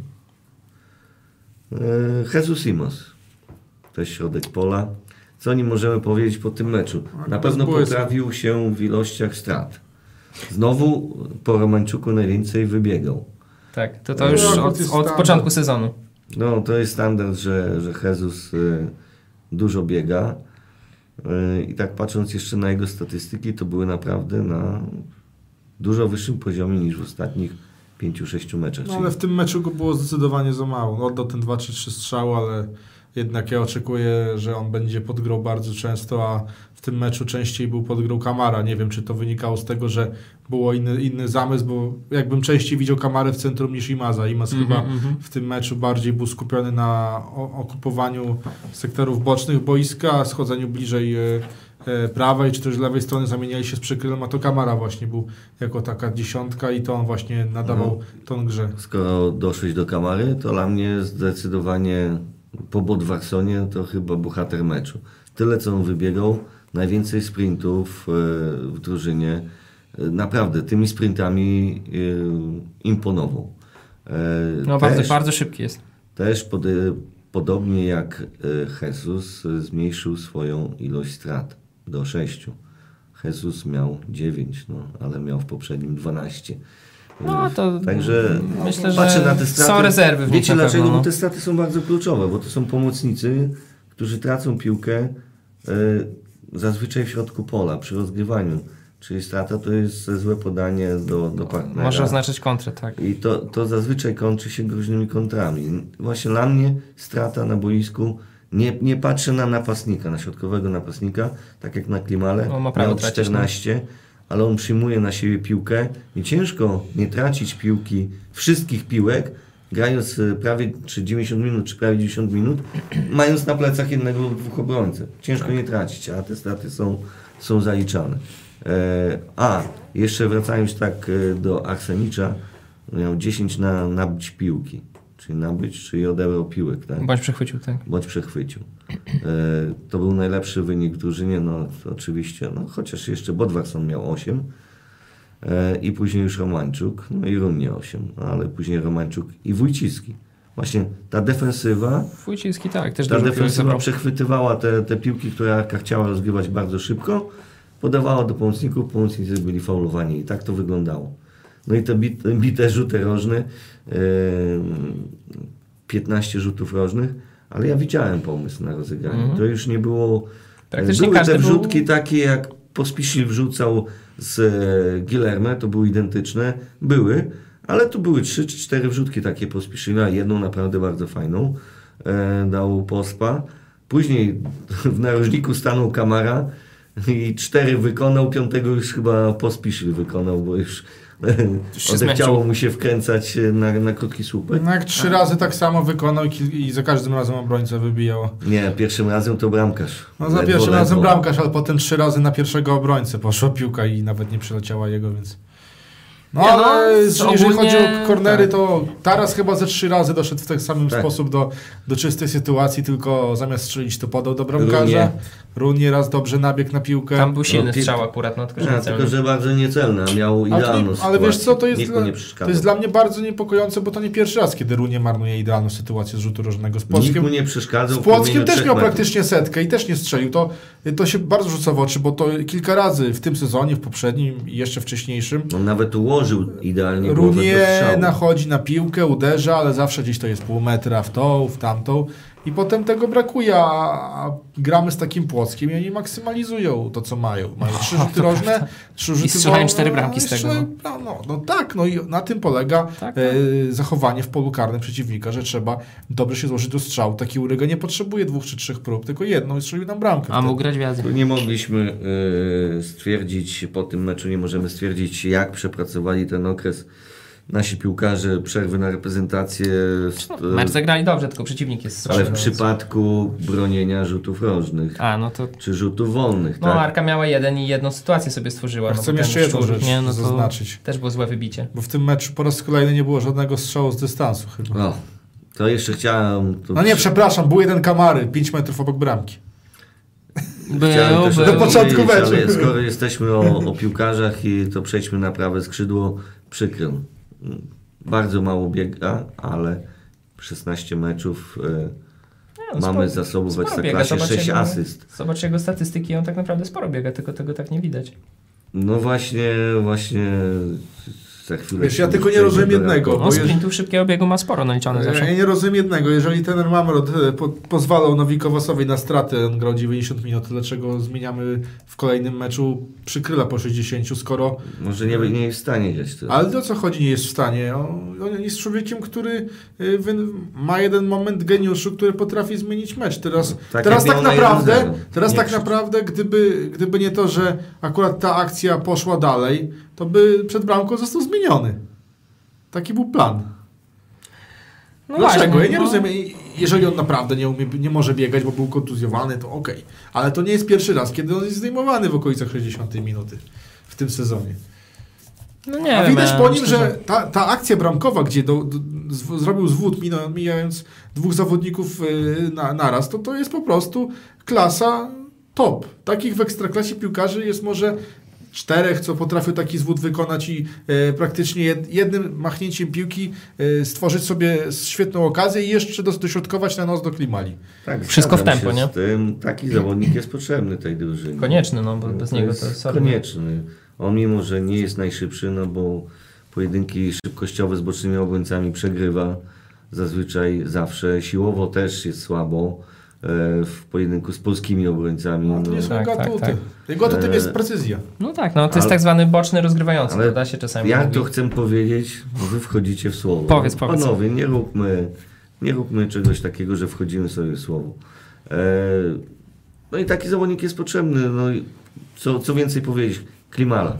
E, Jesus Simos. To jest środek pola. Co nie możemy powiedzieć po tym meczu? Na pewno błysku. poprawił się w ilościach strat. Znowu po Romańczuku najwięcej wybiegał. Tak, to to już No, od, to jest od standard. początku sezonu. No to jest standard, że, że Jesus y, dużo biega. Y, I tak patrząc jeszcze na jego statystyki, to były naprawdę na dużo wyższym poziomie niż w ostatnich pięciu, sześciu meczach. No ale w tym meczu go było zdecydowanie za mało. No, oddał ten dwa czy trzy strzały, ale jednak ja oczekuję, że on będzie podgrał bardzo często, a w tym meczu częściej był podgrał Kamara. Nie wiem, czy to wynikało z tego, że było inny, inny zamysł, bo jakbym częściej widział Kamarę w centrum niż Imaza. Imaz Mhm, chyba mhm. w tym meczu bardziej był skupiony na o, okupowaniu sektorów bocznych boiska, schodzeniu bliżej e, e, prawej czy też lewej strony, zamieniali się z przykrylem, a to Kamara właśnie był jako taka dziesiątka i to on właśnie nadawał ton grze. Skoro doszłeś do Kamary, to dla mnie zdecydowanie po Bodwarsonie to chyba bohater meczu. Tyle, co on wybiegał, najwięcej sprintów e, w drużynie. E, Naprawdę, tymi sprintami e, imponował. E, No też, bardzo, bardzo szybki jest. też pod, podobnie jak e, Jesus e, zmniejszył swoją ilość strat do sześciu. Jesus miał dziewięć, no, ale miał w poprzednim dwanaście. No to Także myślę, że patrzę na te straty. są rezerwy w nich Wiecie na dlaczego? pewno, no. Bo te straty są bardzo kluczowe, bo to są pomocnicy, którzy tracą piłkę e, zazwyczaj w środku pola, przy rozgrywaniu. Czyli strata to jest złe podanie do, do partnera. Może oznaczać kontrę, tak. I to, to zazwyczaj kończy się groźnymi kontrami. Właśnie dla mnie strata na boisku, nie, nie patrzę na napastnika, na środkowego napastnika, tak jak na Klimale, On ma prawo miał tracić, czternaście, ale on przyjmuje na siebie piłkę i ciężko nie tracić piłki, wszystkich piłek, grając e, prawie czy dziewięćdziesiąt minut, czy prawie dziewięćdziesiąt minut, mając na plecach jednego lub dwóch obrońców. Ciężko nie tracić, a te straty są, są zaliczane. E, a, jeszcze wracając tak e, do Arsenicza, miał dziesięć na nabyć piłki, czyli nabyć, czyli odebrał piłek, tak? Bądź przechwycił, tak. Bądź przechwycił. E, to był najlepszy wynik w drużynie, no oczywiście, no chociaż jeszcze Bodwarson miał osiem e, i później już Romańczuk, no i Rumnie osiem, no, ale później Romańczuk i Wójcicki. Właśnie ta defensywa, Wójcicki, tak, też ta dużo piłek defensywa zabrał. przechwytywała te, te piłki, które Arka chciała rozgrywać bardzo szybko, podawała do pomocników, pomocnicy byli faulowani i tak to wyglądało. No i te bit, bite rzuty rożne, e, piętnaście rzutów rożnych, ale ja widziałem pomysł na rozegranie. Mhm. To już nie było... Praktycznie Były każdy te był- wrzutki takie, jak Pospisil wrzucał z e, Guilherme, to były identyczne. Były, ale tu były trzy czy cztery wrzutki takie Pospisil'a, jedną naprawdę bardzo fajną e, dał Pospa. Później w narożniku stanął Kamara i cztery wykonał, piątego już chyba Pospisil wykonał, bo już odechciało mu się wkręcać na, na krótki słupek. No jak trzy razy tak samo wykonał i, i za każdym razem obrońca wybijał. Nie, pierwszym razem to bramkarz. No za Ledwo, pierwszym razem ledwo. bramkarz, ale potem trzy razy na pierwszego obrońcę poszła piłka i nawet nie przyleciała jego, więc... No Nie, no, ale jeżeli ogólnie- chodzi o kornery, tak. to Taras chyba ze trzy razy doszedł w ten sam Tak. sposób do, do czystej sytuacji, tylko zamiast strzelić to podał do bramkarza. Runie. Runie raz dobrze nabiegł na piłkę. Tam był silny No, pi- strzał akurat, no tylko że A, nie tylko, celny. że bardzo niecelny, a miał Ale, to idealną nie, sytuację. ale wiesz co, to jest, Nikt dla, mu nie to przeszkadzał. jest dla mnie bardzo niepokojące, bo to nie pierwszy raz, kiedy Runie marnuje idealną sytuację z rzutu rożnego. Z Nikt mu Płockiem, nie przeszkadzał. z w Płockiem promieniu też trzech miał metrów. praktycznie setkę i też nie strzelił. To, to się bardzo rzuca w oczy, bo to kilka razy w tym sezonie, w poprzednim i jeszcze wcześniejszym On nawet ułożył idealnie głowę do Runie strzału. nachodzi na piłkę, uderza, ale zawsze gdzieś to jest pół metra w tą, w tamtą i potem tego brakuje, a, a gramy z takim Płockiem i oni maksymalizują to, co mają. Mają trzy rzuty rożne, trzy rzuty strzelają wolne, cztery bramki i z tego, strzelają- No, no, no tak, no i na tym polega Tak, e, zachowanie w polu karnym przeciwnika, że trzeba dobrze się złożyć do strzału. Taki Uryga nie potrzebuje dwóch czy trzech prób, tylko jedną i strzelił nam bramkę. A wtedy. mógł grać w Azji. Tu nie mogliśmy y, stwierdzić, po tym meczu nie możemy stwierdzić, jak przepracowali ten okres nasi piłkarze, przerwy na reprezentację. No, st- mecz zagrali dobrze, tylko przeciwnik jest ale w słabszy, przypadku bronienia rzutów rożnych, A, no to... czy rzutów wolnych, No tak? Arka miała jeden i jedną sytuację sobie stworzyła. Ja no, chcę bo ten jeszcze jedną szczur, rzecz nie, no to zaznaczyć. też było złe wybicie. Bo w tym meczu po raz kolejny nie było żadnego strzału z dystansu chyba. O, to jeszcze chciałem... Tu No nie, przepraszam, był jeden Kamary, pięć metrów obok bramki. Chciałem też Był, o Do tym był. początku powiedzieć, meczu. ale skoro jesteśmy o, o piłkarzach, i to przejdźmy na prawe skrzydło. Przykro. Bardzo mało biega, ale szesnaście meczów e, Nie, no, mamy sporo- za sobą w sporo biega. Ekstraklasie, Zobacz sześć jego- asyst. Zobacz jego statystyki, on tak naprawdę sporo biega, tylko tego tak nie widać. No właśnie, właśnie za chwilę... Wiesz, ja się tylko nie przejdzie rozumiem do jednego. raportu. No, Bo jeż- sprintów szybkiego biegu ma sporo naliczone Ja zawsze. nie rozumiem jednego. Jeżeli trener Mamrot e, po, pozwalał Nowikowasowi na stratę, on grał dziewięćdziesiąt minut, to dlaczego zmieniamy w kolejnym meczu przykryla po sześćdziesięciu, skoro... Może nie, nie jest w stanie grać tyle. Ale o co chodzi, nie jest w stanie? On, on jest człowiekiem, który y, wy, ma jeden moment geniuszu, który potrafi zmienić mecz. Teraz Tak teraz jak tak miał na naprawdę, jeden zero. teraz Nie tak krzycz. naprawdę gdyby, gdyby nie to, że akurat ta akcja poszła dalej, to by przed bramką został zmieniony. Taki był plan. No Dlaczego? właśnie, Ja nie no. rozumiem. Jeżeli on naprawdę nie, umie, nie może biegać, bo był kontuzjowany, to okej. Ale to nie jest pierwszy raz, kiedy on jest zdejmowany w okolicach sześćdziesiątej minuty w tym sezonie. No nie A wiem, widać ja po nim, myślę, że ta, ta akcja bramkowa, gdzie do, do, z, zrobił zwód mino- mijając dwóch zawodników yy, na, naraz, to to jest po prostu klasa top. Takich w ekstraklasie piłkarzy jest może czterech, co potrafią taki zwód wykonać i e, praktycznie jed, jednym machnięciem piłki e, stworzyć sobie świetną okazję i jeszcze dos- dośrodkować na nos do Klimali. Tak, Wszystko w zgadzam tempo, się nie? Z tym. Taki zawodnik jest potrzebny tej drużynie. Konieczny, no bo No, bez to niego jest to sorry. konieczny. On mimo, że nie jest najszybszy, no bo pojedynki szybkościowe z bocznymi obrońcami przegrywa zazwyczaj zawsze. Siłowo też jest słabo e, w pojedynku z polskimi obrońcami. No, to nie No, są tak, jego tak, atuty. tak. Jego atutem E, jest precyzja. No tak, no to jest Ale- tak zwany boczny rozgrywający, ale to da się czasami ja mówi. to chcę powiedzieć, bo wy wchodzicie w słowo. Powiedz, powiedz. Panowie, nie róbmy, nie róbmy czegoś takiego, że wchodzimy sobie w słowo. E, no i taki zawodnik jest potrzebny. No i co, co więcej powiedzieć? Klimala.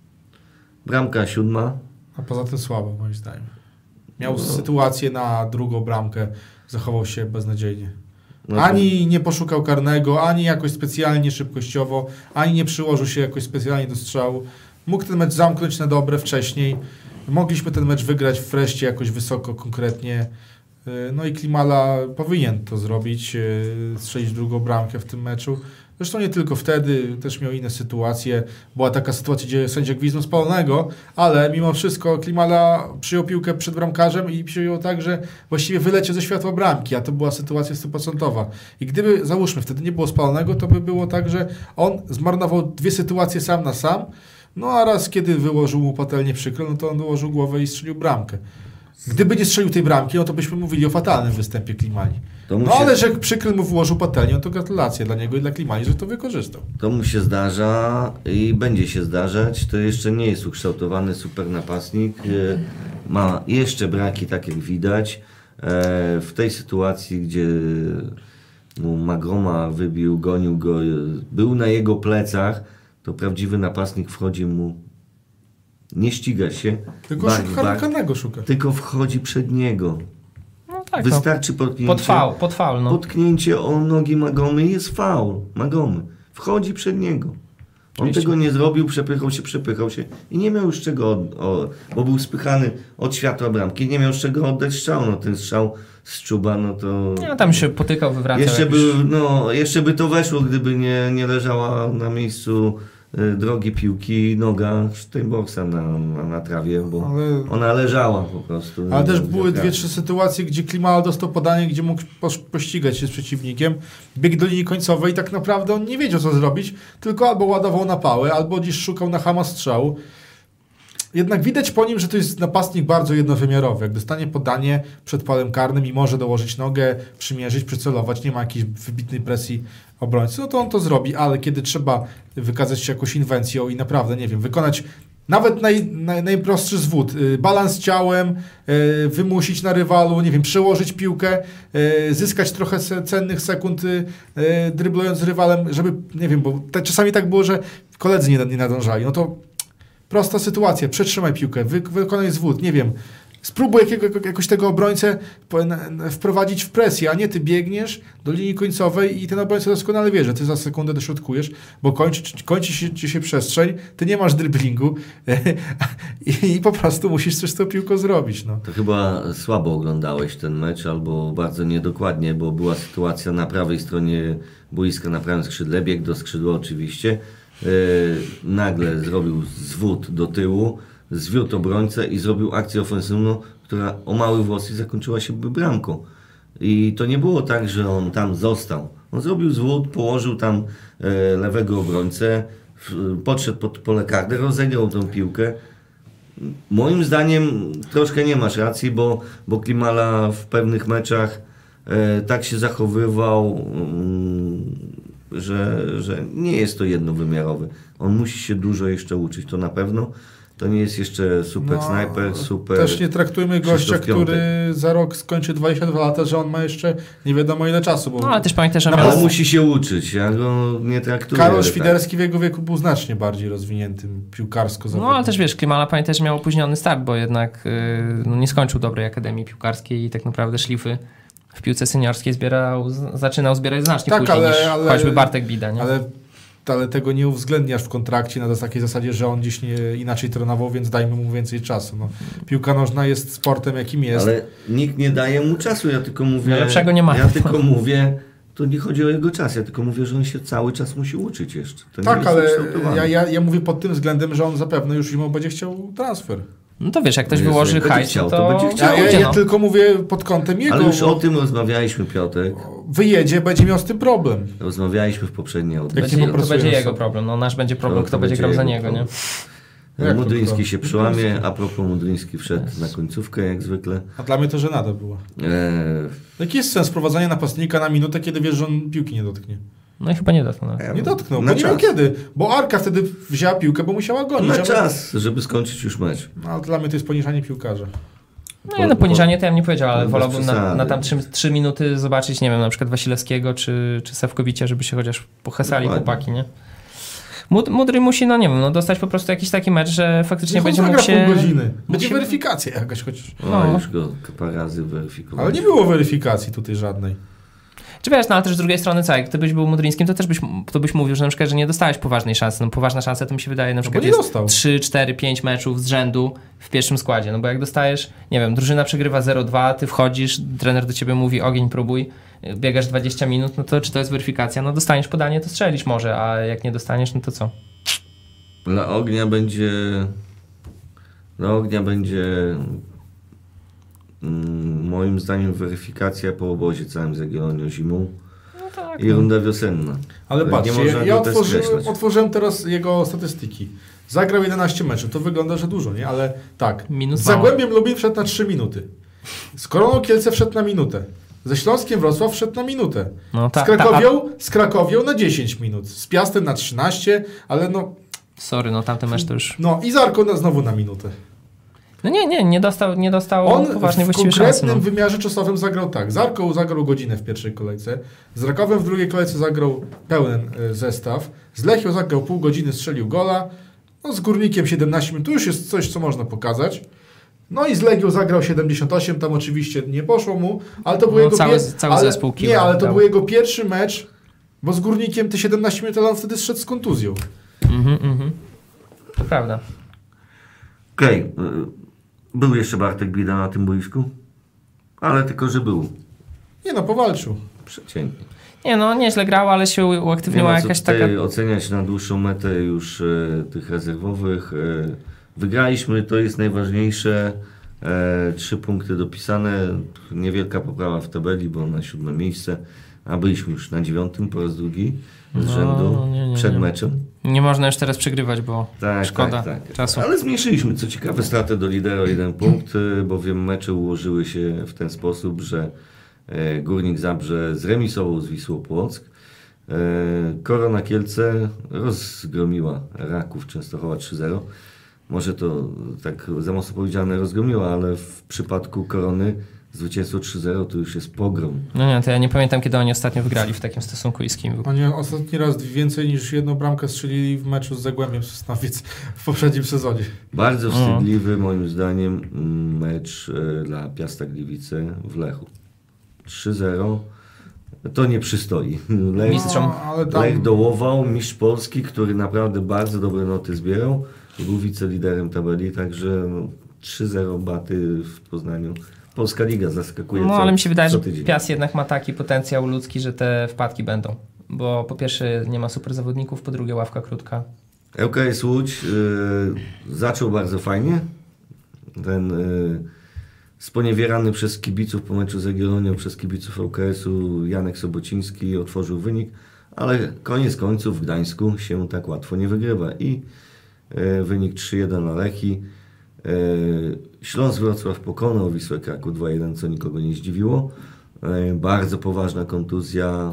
Bramka siódma. A poza tym słabo, moim zdaniem. Miał No. sytuację na drugą bramkę, zachował się beznadziejnie. No to- Ani nie poszukał karnego, ani jakoś specjalnie szybkościowo, ani nie przyłożył się jakoś specjalnie do strzału. Mógł ten mecz zamknąć na dobre wcześniej. Mogliśmy ten mecz wygrać w Freście jakoś wysoko, konkretnie. Yy, No i Klimala powinien to zrobić, yy, strzelić drugą bramkę w tym meczu. Zresztą nie tylko wtedy, też miał inne sytuacje. Była taka sytuacja, gdzie sędzia gwizdnął spalonego, ale mimo wszystko Klimala przyjął piłkę przed bramkarzem i przyjął tak, że właściwie wyleciał ze światła bramki, a to była sytuacja stuprocentowa. I gdyby, załóżmy, wtedy nie było spalonego, to by było tak, że on zmarnował dwie sytuacje sam na sam, no a raz, kiedy wyłożył mu patelnię przykro, no to on wyłożył głowę i strzelił bramkę. Gdyby nie strzelił tej bramki, no to byśmy mówili o fatalnym występie Klimali. To mu No się- ale że Przykryl mu wyłożył patelnię, no to gratulacje dla niego i dla Klimali, że to wykorzystał. To mu się zdarza i będzie się zdarzać. To jeszcze nie jest ukształtowany super napastnik. E, Ma jeszcze braki, tak jak widać. E, W tej sytuacji, gdzie mu Magroma wybił, gonił go, e, był na jego plecach, to prawdziwy napastnik wchodzi mu nie ściga się, Tylko bark, szuka bark, karnego szuka. tylko wchodzi przed niego. No tak, Wystarczy no. potknięcie. Pod faul, pod faul, no. Potknięcie o nogi Magomy jest faul. Magomy. Wchodzi przed niego. On Oczywiście. tego nie zrobił, przepychał się, przepychał się i nie miał już czego, od, o, bo był spychany od światła bramki, nie miał z czego oddać strzał. No ten strzał z Czuba, no to... No, tam się potykał, wywracał. Jeszcze jakoś. by, no, jeszcze by to weszło, gdyby nie, nie leżała na miejscu y, drogi piłki noga Steinboxa na, na, na trawie, bo Ale- ona leżała po prostu. Ale też No, były tak. dwie, trzy sytuacje, gdzie Klimala dostał podanie, gdzie mógł posz- pościgać się z przeciwnikiem. Biegł do linii końcowej i tak naprawdę on nie wiedział, co zrobić, tylko albo ładował na pałę, albo gdzieś szukał na chama strzału. Jednak widać po nim, że to jest napastnik bardzo jednowymiarowy. Jak dostanie podanie przed polem karnym i może dołożyć nogę, przymierzyć, przycelować, nie ma jakiejś wybitnej presji obrońcy, no to on to zrobi, ale kiedy trzeba wykazać się jakąś inwencją i naprawdę, nie wiem, wykonać nawet naj, naj, najprostszy zwód, y, balans ciałem, y, wymusić na rywalu, nie wiem, przełożyć piłkę, y, zyskać trochę se, cennych sekund y, y, dryblując z rywalem, żeby, nie wiem, bo te, czasami tak było, że koledzy nie, nie nadążali, no to prosta sytuacja, przetrzymaj piłkę, wy, wykonaj zwód, nie wiem, spróbuj jakiego, jakoś tego obrońcę po- na- na- wprowadzić w presję, a nie ty biegniesz do linii końcowej i ten obrońca doskonale wie, że ty za sekundę dośrodkujesz, bo kończy, kończy się, ci się przestrzeń, ty nie masz driblingu i, i po prostu musisz coś z tą piłką zrobić. No. To chyba słabo oglądałeś ten mecz, albo bardzo niedokładnie, bo była sytuacja na prawej stronie boiska, na prawym skrzydle, bieg do skrzydła oczywiście. Yy, nagle zrobił zwód do tyłu, zwiódł obrońcę i zrobił akcję ofensywną, która o mały włos i zakończyła się bramką. I to nie było tak, że on tam został. On zrobił zwód, położył tam e, lewego obrońcę, w, podszedł pod pole karne, rozegrał tą piłkę. Moim zdaniem troszkę nie masz racji, bo, bo Klimala w pewnych meczach e, tak się zachowywał, mm, że, że nie jest to jednowymiarowy. On musi się dużo jeszcze uczyć, to na pewno. To nie jest jeszcze super snajper, super... Też nie traktujmy gościa, Krzysztof który Piątek. za rok skończy dwadzieścia dwa lata, że on ma jeszcze nie wiadomo ile czasu. Bo No ale też pamiętaj, że Na miał... Ale musi się uczyć, ja go nie traktuję. Karol tak. Świderski w jego wieku był znacznie bardziej rozwiniętym piłkarsko. No ale też wiesz, Klimala pamiętaj, że miał opóźniony start, bo jednak yy, no, nie skończył dobrej akademii piłkarskiej i tak naprawdę szlify w piłce seniorskiej zbierał, z, zaczynał zbierać znacznie Tak, później ale- niż ale- choćby Bartek Bida, nie? Ale, ale tego nie uwzględniasz w kontrakcie na takiej zasadzie, że on gdzieś nie, inaczej trenował, więc dajmy mu więcej czasu. No. Piłka nożna jest sportem, jakim jest. Ale nikt nie daje mu czasu, ja tylko mówię... Najlepszego nie ma. Ja tylko mówię, to nie chodzi o jego czas, ja tylko mówię, że on się cały czas musi uczyć jeszcze. To nie Tak, jest ale ukształtowany. ja, ja, ja mówię pod tym względem, że on zapewne już zimą będzie chciał transfer. No to wiesz, jak ktoś Jezu, wyłoży jak będzie hajs, chciał, to, to będzie Ja, chciał. ja, ujdzie, ja no. tylko mówię pod kątem jego. Ale już bo o tym rozmawialiśmy, Piotrek. wyjedzie, będzie miał z tym problem. Rozmawialiśmy w poprzedniej audycji. Jak się Będzie, to popracuje będzie nad jego sobą. problem. No nasz będzie problem, To- kto to będzie będzie grał za jego niego, nie? Jak to Mudryński to? się przełamie, a propos Mudryński wszedł na końcówkę jak zwykle. A dla mnie to żenada była. Eee, Jaki jest sens wprowadzania napastnika na minutę, kiedy wiesz, że on piłki nie dotknie? No i chyba nie dotknął. No. Nie dotknął, na bo nie miał czas. kiedy. Bo Arka wtedy wzięła piłkę, bo musiała gonić. Na a my- czas, żeby skończyć już mecz. No, ale dla mnie to jest poniżanie piłkarza. No nie, no poniżanie to ja bym nie powiedział, ale Bez wolałbym na, przesady. na tam trzy, trzy minuty zobaczyć, nie wiem, na przykład Wasilewskiego czy, czy Sewkowicia, żeby się chociaż pochesali Dokładnie. chłopaki, nie? Mud, Mudry musi, no nie wiem, no dostać po prostu jakiś taki mecz, że faktycznie Niech on będzie mógł zagra się... pół godziny. Będzie się- weryfikacja jakaś chociaż. O, No. już go parę razy weryfikowałem. Ale nie było weryfikacji tutaj żadnej. Czy wiesz, no ale też z drugiej strony, co, jak ty byś był Mudryńskim, to też byś, to byś mówił, że na przykład, że nie dostałeś poważnej szansy. No poważna szansa to mi się wydaje, na przykład nie jest dostał. trzy, cztery, pięć meczów z rzędu w pierwszym składzie. No bo jak dostajesz, nie wiem, drużyna przegrywa zero dwa, ty wchodzisz, trener do ciebie mówi ogień, próbuj, biegasz dwadzieścia minut, no to czy to jest weryfikacja? No dostaniesz podanie, to strzelisz może, a jak nie dostaniesz, no to co? Dla ognia będzie... Dla ognia będzie... Mm, moim zdaniem weryfikacja po obozie całym z Jagiellonią zimą No tak. i runda wiosenna. Ale Nie patrzcie, można ja, ja go też otworzyłem, skreślać. otworzyłem teraz jego statystyki. Zagrał jedenaście meczów, to wygląda, że dużo, nie? Ale tak, Minus z mało. Zagłębiem Lubin wszedł na trzy minuty. Z Koroną Kielce wszedł na minutę. Ze Śląskiem Wrocław wszedł na minutę. No, ta, z, Krakowią, z Krakowią na dziesięć minut. Z Piastem na trzynaście, ale no... Ta, sorry, no tamten mecz to już... No i z Arką na, znowu na minutę. No nie, nie, nie dostał, nie dostał On poważnej w właściwie konkretnym szansy. No. wymiarze czasowym zagrał tak. Z Arką zagrał godzinę w pierwszej kolejce, z Rakowem w drugiej kolejce zagrał pełen e, zestaw, z Lechią zagrał pół godziny, strzelił gola, No, z Górnikiem siedemnaście minut, to już jest coś, co można pokazać. No i z Legią zagrał siedemdziesiąt osiem, tam oczywiście nie poszło mu, ale to był No, jego cały, pier... cały ale... zespół kiwa. Nie, ale to dał. był jego pierwszy mecz, bo z Górnikiem te siedemnaście minut, ale on wtedy zszedł z kontuzją. Mhm, mhm. To prawda. Okej, okay. Był jeszcze Bartek Bida na tym boisku, ale tylko, że był. Nie no, powalczył. Przeciętnie. Nie no, nieźle grał, ale się Nie uaktywniła ma co jakaś tutaj taka... oceniać na dłuższą metę już e, tych rezerwowych. E, wygraliśmy, to jest najważniejsze. E, trzy punkty dopisane. Niewielka poprawa w tabeli, bo na siódme miejsce. A byliśmy już na dziewiątym po raz drugi z No, rzędu nie, nie, przed nie. meczem. Nie można już teraz przegrywać, bo Tak, szkoda tak, tak. czasu. Ale zmniejszyliśmy, co ciekawe, stratę do lidera o jeden punkt, y, bowiem mecze ułożyły się w ten sposób, że e, Górnik Zabrze zremisował z Wisłą Płock. E, Korona Kielce rozgromiła Raków Częstochowa trzy zero. Może to tak za mocno powiedziane rozgromiła, ale w przypadku Korony zwycięstwo trzy zero to już jest pogrom. No nie, to ja nie pamiętam, kiedy oni ostatnio wygrali w takim stosunku i z kim. Oni ostatni raz więcej niż jedną bramkę strzelili w meczu z Zagłębiem Sosnowiec w poprzednim sezonie. Bardzo wstydliwy moim zdaniem mecz e, dla Piasta Gliwice w Lechu. trzy zero to nie przystoi. Lech, Mistrzom. No, ale tam... Lech dołował, mistrz Polski, który naprawdę bardzo dobre noty zbierał. Był wiceliderem tabeli, także no, trzy zero baty w Poznaniu. Polska Liga zaskakuje No co, ale mi się wydaje, co że tydzień. Piast jednak ma taki potencjał ludzki, że te wpadki będą. Bo po pierwsze nie ma super zawodników, po drugie ławka krótka. ŁKS Łódź y, zaczął bardzo fajnie. Ten y, sponiewierany przez kibiców po meczu z Jagiellonią, przez kibiców ŁKS-u Janek Sobociński otworzył wynik, ale koniec końców w Gdańsku się tak łatwo nie wygrywa. I y, wynik trzy jeden na Lechi. Y, Śląsk Wrocław pokonał Wisłę Kraków dwa jeden, co nikogo nie zdziwiło. Y, bardzo poważna kontuzja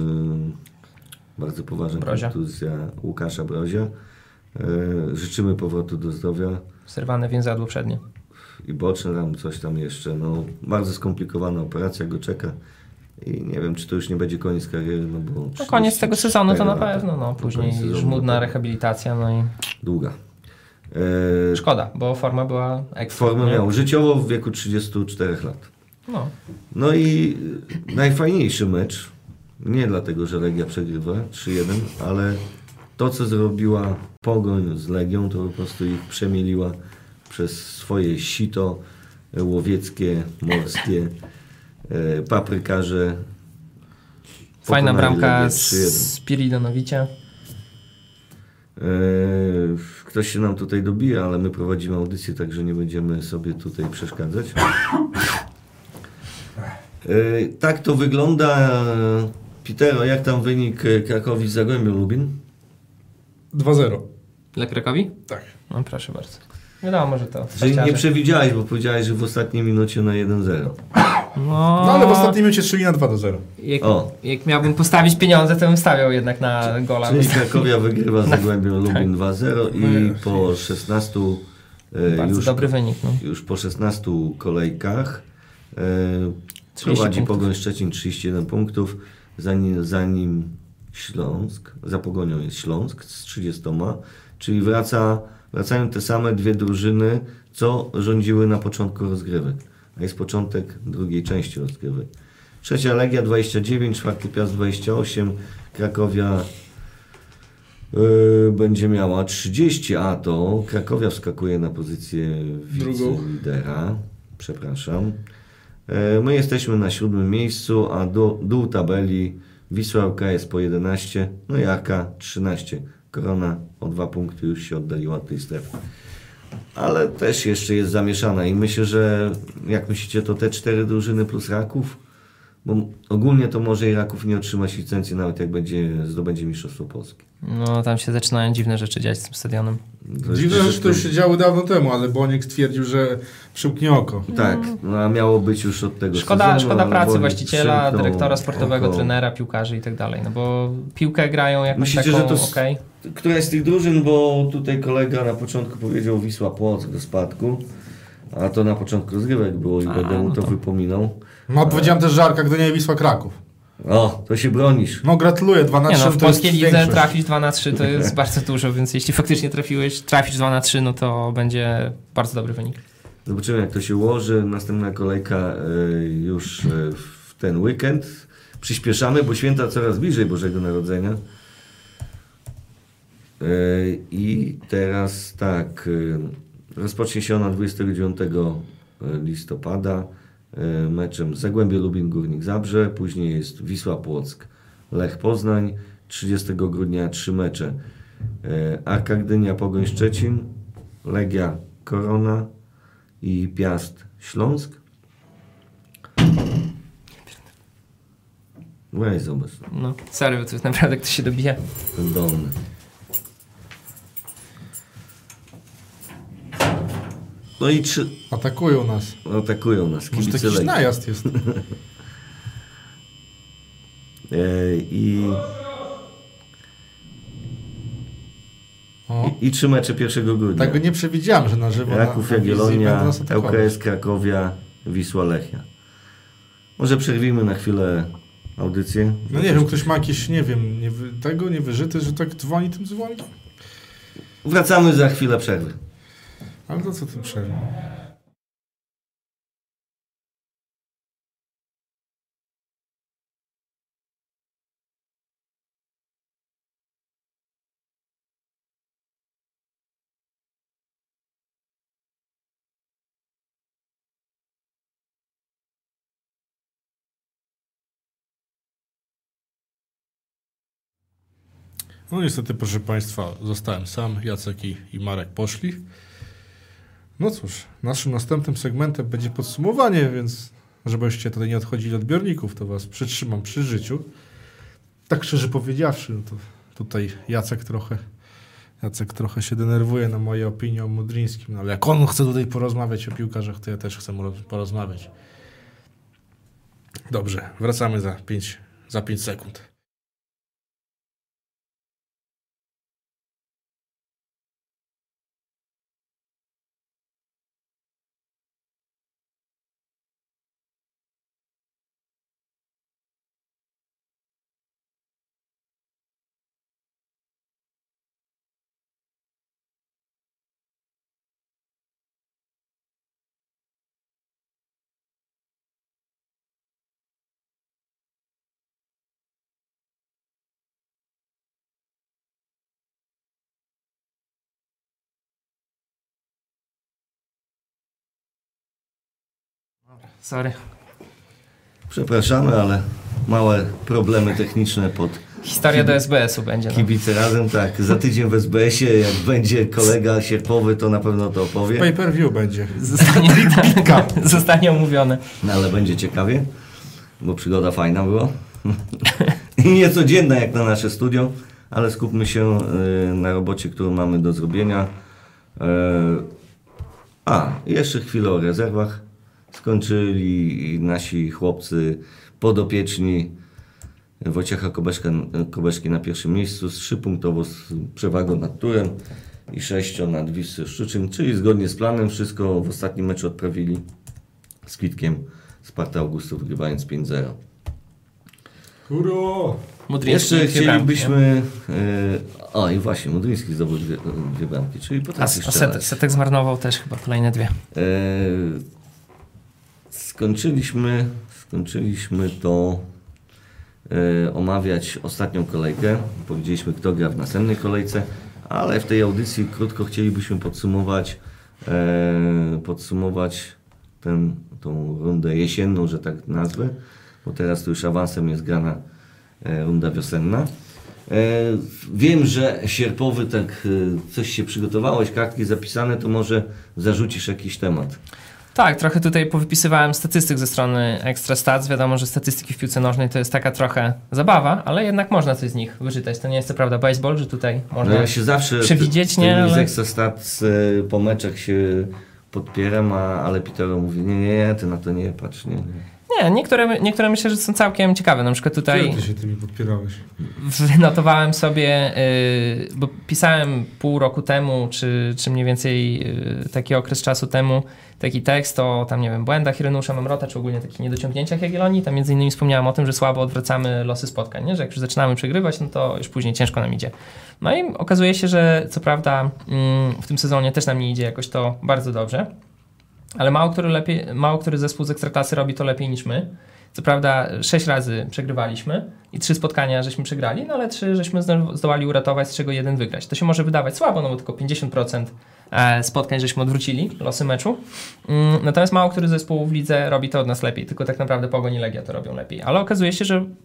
y, bardzo poważna Brozia. kontuzja Łukasza Brozia. E, życzymy powrotu do zdrowia Zerwane więzadło przednie. i boczne tam coś tam jeszcze. No, bardzo skomplikowana operacja go czeka i nie wiem, czy to już nie będzie koniec kariery. No, bo No koniec tego sezonu to na lata. pewno, no później Koniec sezonu żmudna to rehabilitacja, no i Długa. E, szkoda, bo forma była ekstra. formę nie? miał życiowo w wieku trzydziestu czterech lat. No. No i najfajniejszy mecz, nie dlatego, że Legia przegrywa trzy jeden, ale to, co zrobiła Pogoń z Legią, to po prostu ich przemieliła przez swoje sito łowieckie, morskie, e, paprykarze. Fajna Pokonali bramka Legię z trzy jeden. Spiridonowicia. E, ktoś się nam tutaj dobija, ale my prowadzimy audycję, także nie będziemy sobie tutaj przeszkadzać. E, tak to wygląda. Pitero, jak tam wynik Krakowi z Zagłębiu Lubin? dwa zero. Dla Krakowi? Tak. No proszę bardzo. Wiadomo, że to. Czyli nie farciarze. przewidziałeś, bo powiedziałeś, że w ostatniej minucie na jeden zero. No, No ale w ostatnim minucie strzeli na dwa do zera. Jak, O. jak miałbym postawić pieniądze, to bym stawiał jednak na gola. Czyli Krakowia wygrywa z Zagłębią Lubin dwa zero No i jest. po szesnastu e, Bardzo już, dobry wynik. No. już po szesnastu kolejkach e, trzydzieści prowadzi punktów. Pogoń Szczecin trzydzieści jeden punktów, zanim, zanim Śląsk, za Pogonią jest Śląsk z trzydziestoma, czyli wraca, wracają te same dwie drużyny, co rządziły na początku rozgrywek. A jest początek drugiej części rozgrywek. Trzecia Legia dwadzieścia dziewięć, czwarty Piast dwadzieścia osiem, Krakowia yy, będzie miała trzydzieści, a to Krakowia wskakuje na pozycję wicelidera. Przepraszam. Yy, my jesteśmy na siódmym miejscu, a do, dół tabeli Wisła ŁKS po jedenaście, no i Arka trzynaście. Korona o dwa punkty już się oddaliła od tej strefy. Ale też jeszcze jest zamieszana i myślę, że jak myślicie, to te cztery drużyny plus Raków, bo ogólnie to może i Raków nie otrzymać licencji, nawet jak będzie zdobędzie Mistrzostwo Polskie. no tam się zaczynają dziwne rzeczy dziać z tym stadionem. To Dziwne jest- rzeczy to już się działy dawno temu, ale Boniek stwierdził, że przymknie oko. Tak, no a miało być już od tego Szkoda, sezonu, szkoda ale pracy Boniek właściciela, przymknął dyrektora sportowego, oko. trenera, piłkarzy i tak dalej. No bo piłkę grają jakąś Myślicie, taką, że to s- okej. Któraś z tych drużyn, bo tutaj kolega na początku powiedział Wisła Płock do spadku, a to na początku rozgrywek było i A, będę mu no to to- wypominał. No powiedziałem też, że Arka Gdynia i Wisła Kraków. O, to się bronisz. No gratuluję, dwa na Nie trzy no, w to jest polskiej lidze większość. trafić dwa na trzy to jest bardzo dużo, więc jeśli faktycznie trafiłeś, trafisz dwa na trzy, no to będzie bardzo dobry wynik. Zobaczymy, jak to się ułoży. Następna kolejka y, już y, w ten weekend. Przyspieszamy, bo święta coraz bliżej Bożego Narodzenia. Y, I teraz tak, y, rozpocznie się ona dwudziestego dziewiątego listopada y, meczem Zagłębie Lubin, Górnik Zabrze. Później jest Wisła Płock, Lech Poznań. trzydziestego grudnia trzy mecze. Y, Arka Gdynia, Pogoń Szczecin, Legia Korona i Piast Śląsk. Weź zobacz, No, serio, to jest naprawdę ktoś się dobija. ten dolny. No i trzy... Atakują nas. Atakują nas Może to kibice jakiś Legii. najazd jest. E, I... O. I trzy mecze pierwszego grudnia. Tak by nie przewidziałem, że na żywo Raków na, na wizji Jagiellonia, będą nas atakować. ŁKS Krakowia, Wisła Lechia. Może przerwijmy na chwilę audycję. No nie wiem, ktoś ma jakieś, nie wiem, nie wy, tego niewyżyte, że tak dzwoni tym dzwonkiem? Wracamy za chwilę przerwy. Ale to co tym przerwę? No niestety, proszę Państwa, zostałem sam, Jacek i, i Marek poszli. No cóż, naszym następnym segmentem będzie podsumowanie, więc żebyście tutaj nie odchodzili od odbiorników, to Was przytrzymam przy życiu. Tak szczerze powiedziawszy, no to tutaj Jacek trochę, Jacek trochę się denerwuje na moje opinie o Mudryńskim, no ale jak on chce tutaj porozmawiać o piłkarzach, to ja też chcę porozmawiać. Dobrze, wracamy za pięć, za pięć sekund. Sorry. Przepraszamy, ale małe problemy techniczne pod Historia do S B S u będzie. No. kibice razem. Tak, za tydzień w S B S-ie, jak będzie kolega sierpowy, to na pewno to opowie. Pay per view będzie. Zostanie, zostanie omówione. No ale będzie ciekawie, bo przygoda fajna była. I niecodzienna jak na nasze studio, ale skupmy się y, na robocie, którą mamy do zrobienia. Y, a, jeszcze chwilę o rezerwach. Skończyli nasi chłopcy podopieczni Wojciecha Kobeszka, Kobeszki na pierwszym miejscu z trzypunktową przewagą nad Turem i sześcią nad Wisłą Szczuczyn, czyli zgodnie z planem wszystko w ostatnim meczu odprawili z Kwitkiem Sparta Augustów, wygrywając pięć zero. Hurra! Mudryński Jeszcze dwie bramki, chcielibyśmy... Yy, o i właśnie, Mudryński zdobył dwie, dwie bramki, czyli A, potrafi a strzelać. set, Setek zmarnował też chyba kolejne dwie. Yy, skończyliśmy, skończyliśmy to yy, omawiać ostatnią kolejkę. Powiedzieliśmy, kto gra w następnej kolejce, ale w tej audycji krótko chcielibyśmy podsumować yy, podsumować tę tą rundę jesienną, że tak nazwę, bo teraz to już awansem jest grana e, runda wiosenna. E, wiem, że sierpowy tak e, coś się przygotowałeś, kartki zapisane, to może zarzucisz jakiś temat. Tak, trochę tutaj powypisywałem statystyk ze strony Extra Stats. Wiadomo, że statystyki w piłce nożnej to jest taka trochę zabawa, ale jednak można coś z nich wyczytać. To nie jest co prawda baseball, że tutaj można No ja się zawsze przewidzieć, ty, nie? ty z Ale... Extra Stats e, po meczach się podpieram, a, ale Pitero mówi, nie, nie, nie, ty na to nie patrz, nie, nie. Nie, niektóre, niektóre myślę, że są całkiem ciekawe. Na przykład tutaj... Ty się tymi podpierałeś? Wynotowałem sobie, yy, bo pisałem pół roku temu, czy, czy mniej więcej yy, taki okres czasu temu, taki tekst o tam, nie wiem, błędach Ireneusza Mamrota, czy ogólnie takich niedociągnięciach Jagiellonii. Tam między innymi wspomniałem o tym, że słabo odwracamy losy spotkań, nie? Że jak już zaczynamy przegrywać, no to już później ciężko nam idzie. No i okazuje się, że co prawda yy, w tym sezonie też nam nie idzie jakoś to bardzo dobrze, ale mało który, lepiej, mało który zespół z Ekstraklasy robi to lepiej niż my. Co prawda sześć razy przegrywaliśmy i trzy spotkania żeśmy przegrali, no ale trzy żeśmy zdołali uratować, z czego jeden wygrać. To się może wydawać słabo, no bo tylko pięćdziesiąt procent spotkań żeśmy odwrócili, losy meczu. Natomiast mało który zespół w lidze robi to od nas lepiej, tylko tak naprawdę Pogoń i Legia to robią lepiej. Ale okazuje się, że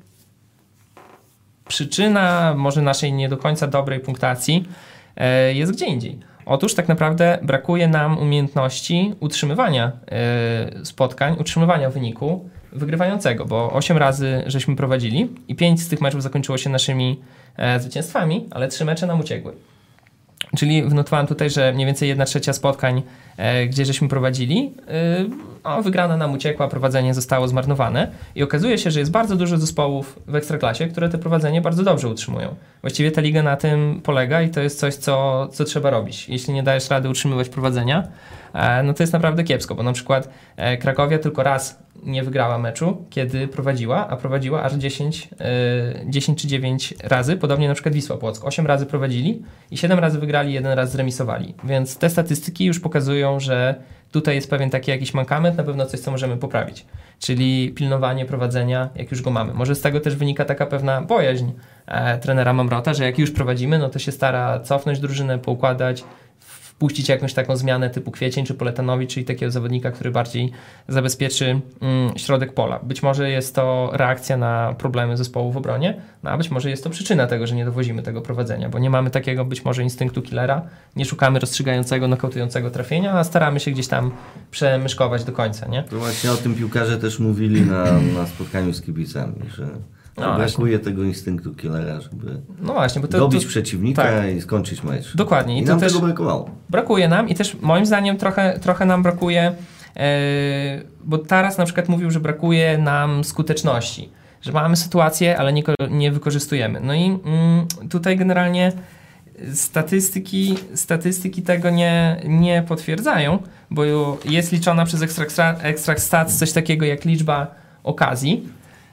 przyczyna może naszej nie do końca dobrej punktacji jest gdzie indziej. Otóż tak naprawdę brakuje nam umiejętności utrzymywania spotkań, utrzymywania wyniku wygrywającego, bo osiem razy żeśmy prowadzili i pięć z tych meczów zakończyło się naszymi e, zwycięstwami, ale trzy mecze nam uciekły. Czyli wynotowałem tutaj, że mniej więcej jedna trzecia spotkań, e, gdzie żeśmy prowadzili, e, o, wygrana nam uciekła, prowadzenie zostało zmarnowane i okazuje się, że jest bardzo dużo zespołów w Ekstraklasie, które te prowadzenie bardzo dobrze utrzymują. Właściwie ta liga na tym polega i to jest coś, co, co trzeba robić. Jeśli nie dajesz rady utrzymywać prowadzenia, e, no to jest naprawdę kiepsko, bo na przykład e, Krakowia tylko raz nie wygrała meczu, kiedy prowadziła, a prowadziła aż dziesięć, dziesięć czy dziewięć razy, podobnie na przykład Wisła Płock. osiem razy prowadzili i siedem razy wygrali, jeden raz zremisowali. Więc te statystyki już pokazują, że tutaj jest pewien taki jakiś mankament, na pewno coś, co możemy poprawić. Czyli pilnowanie prowadzenia, jak już go mamy. Może z tego też wynika taka pewna bojaźń e, trenera Mamrota, że jak już prowadzimy, no to się stara cofnąć drużynę, poukładać, puścić jakąś taką zmianę typu Kwiecień czy Poletanowicz, czyli takiego zawodnika, który bardziej zabezpieczy mm, środek pola. Być może jest to reakcja na problemy zespołu w obronie, no a być może jest to przyczyna tego, że nie dowozimy tego prowadzenia, bo nie mamy takiego być może instynktu killera, nie szukamy rozstrzygającego, nokautującego trafienia, a staramy się gdzieś tam przemyszkować do końca, nie? To właśnie o tym piłkarze też mówili na, na spotkaniu z kibicami, że no brakuje właśnie tego instynktu killera, żeby no właśnie, bo to, dobić to, przeciwnika tak. i skończyć mecz. Dokładnie. I, I nam to tego też brakowało. Brakuje nam i też moim zdaniem trochę, trochę nam brakuje, yy, bo Taras na przykład mówił, że brakuje nam skuteczności, że mamy sytuację, ale nie, nie wykorzystujemy. No i mm, tutaj generalnie statystyki, statystyki tego nie, nie potwierdzają, bo jest liczona przez Extract Stats coś takiego jak liczba okazji,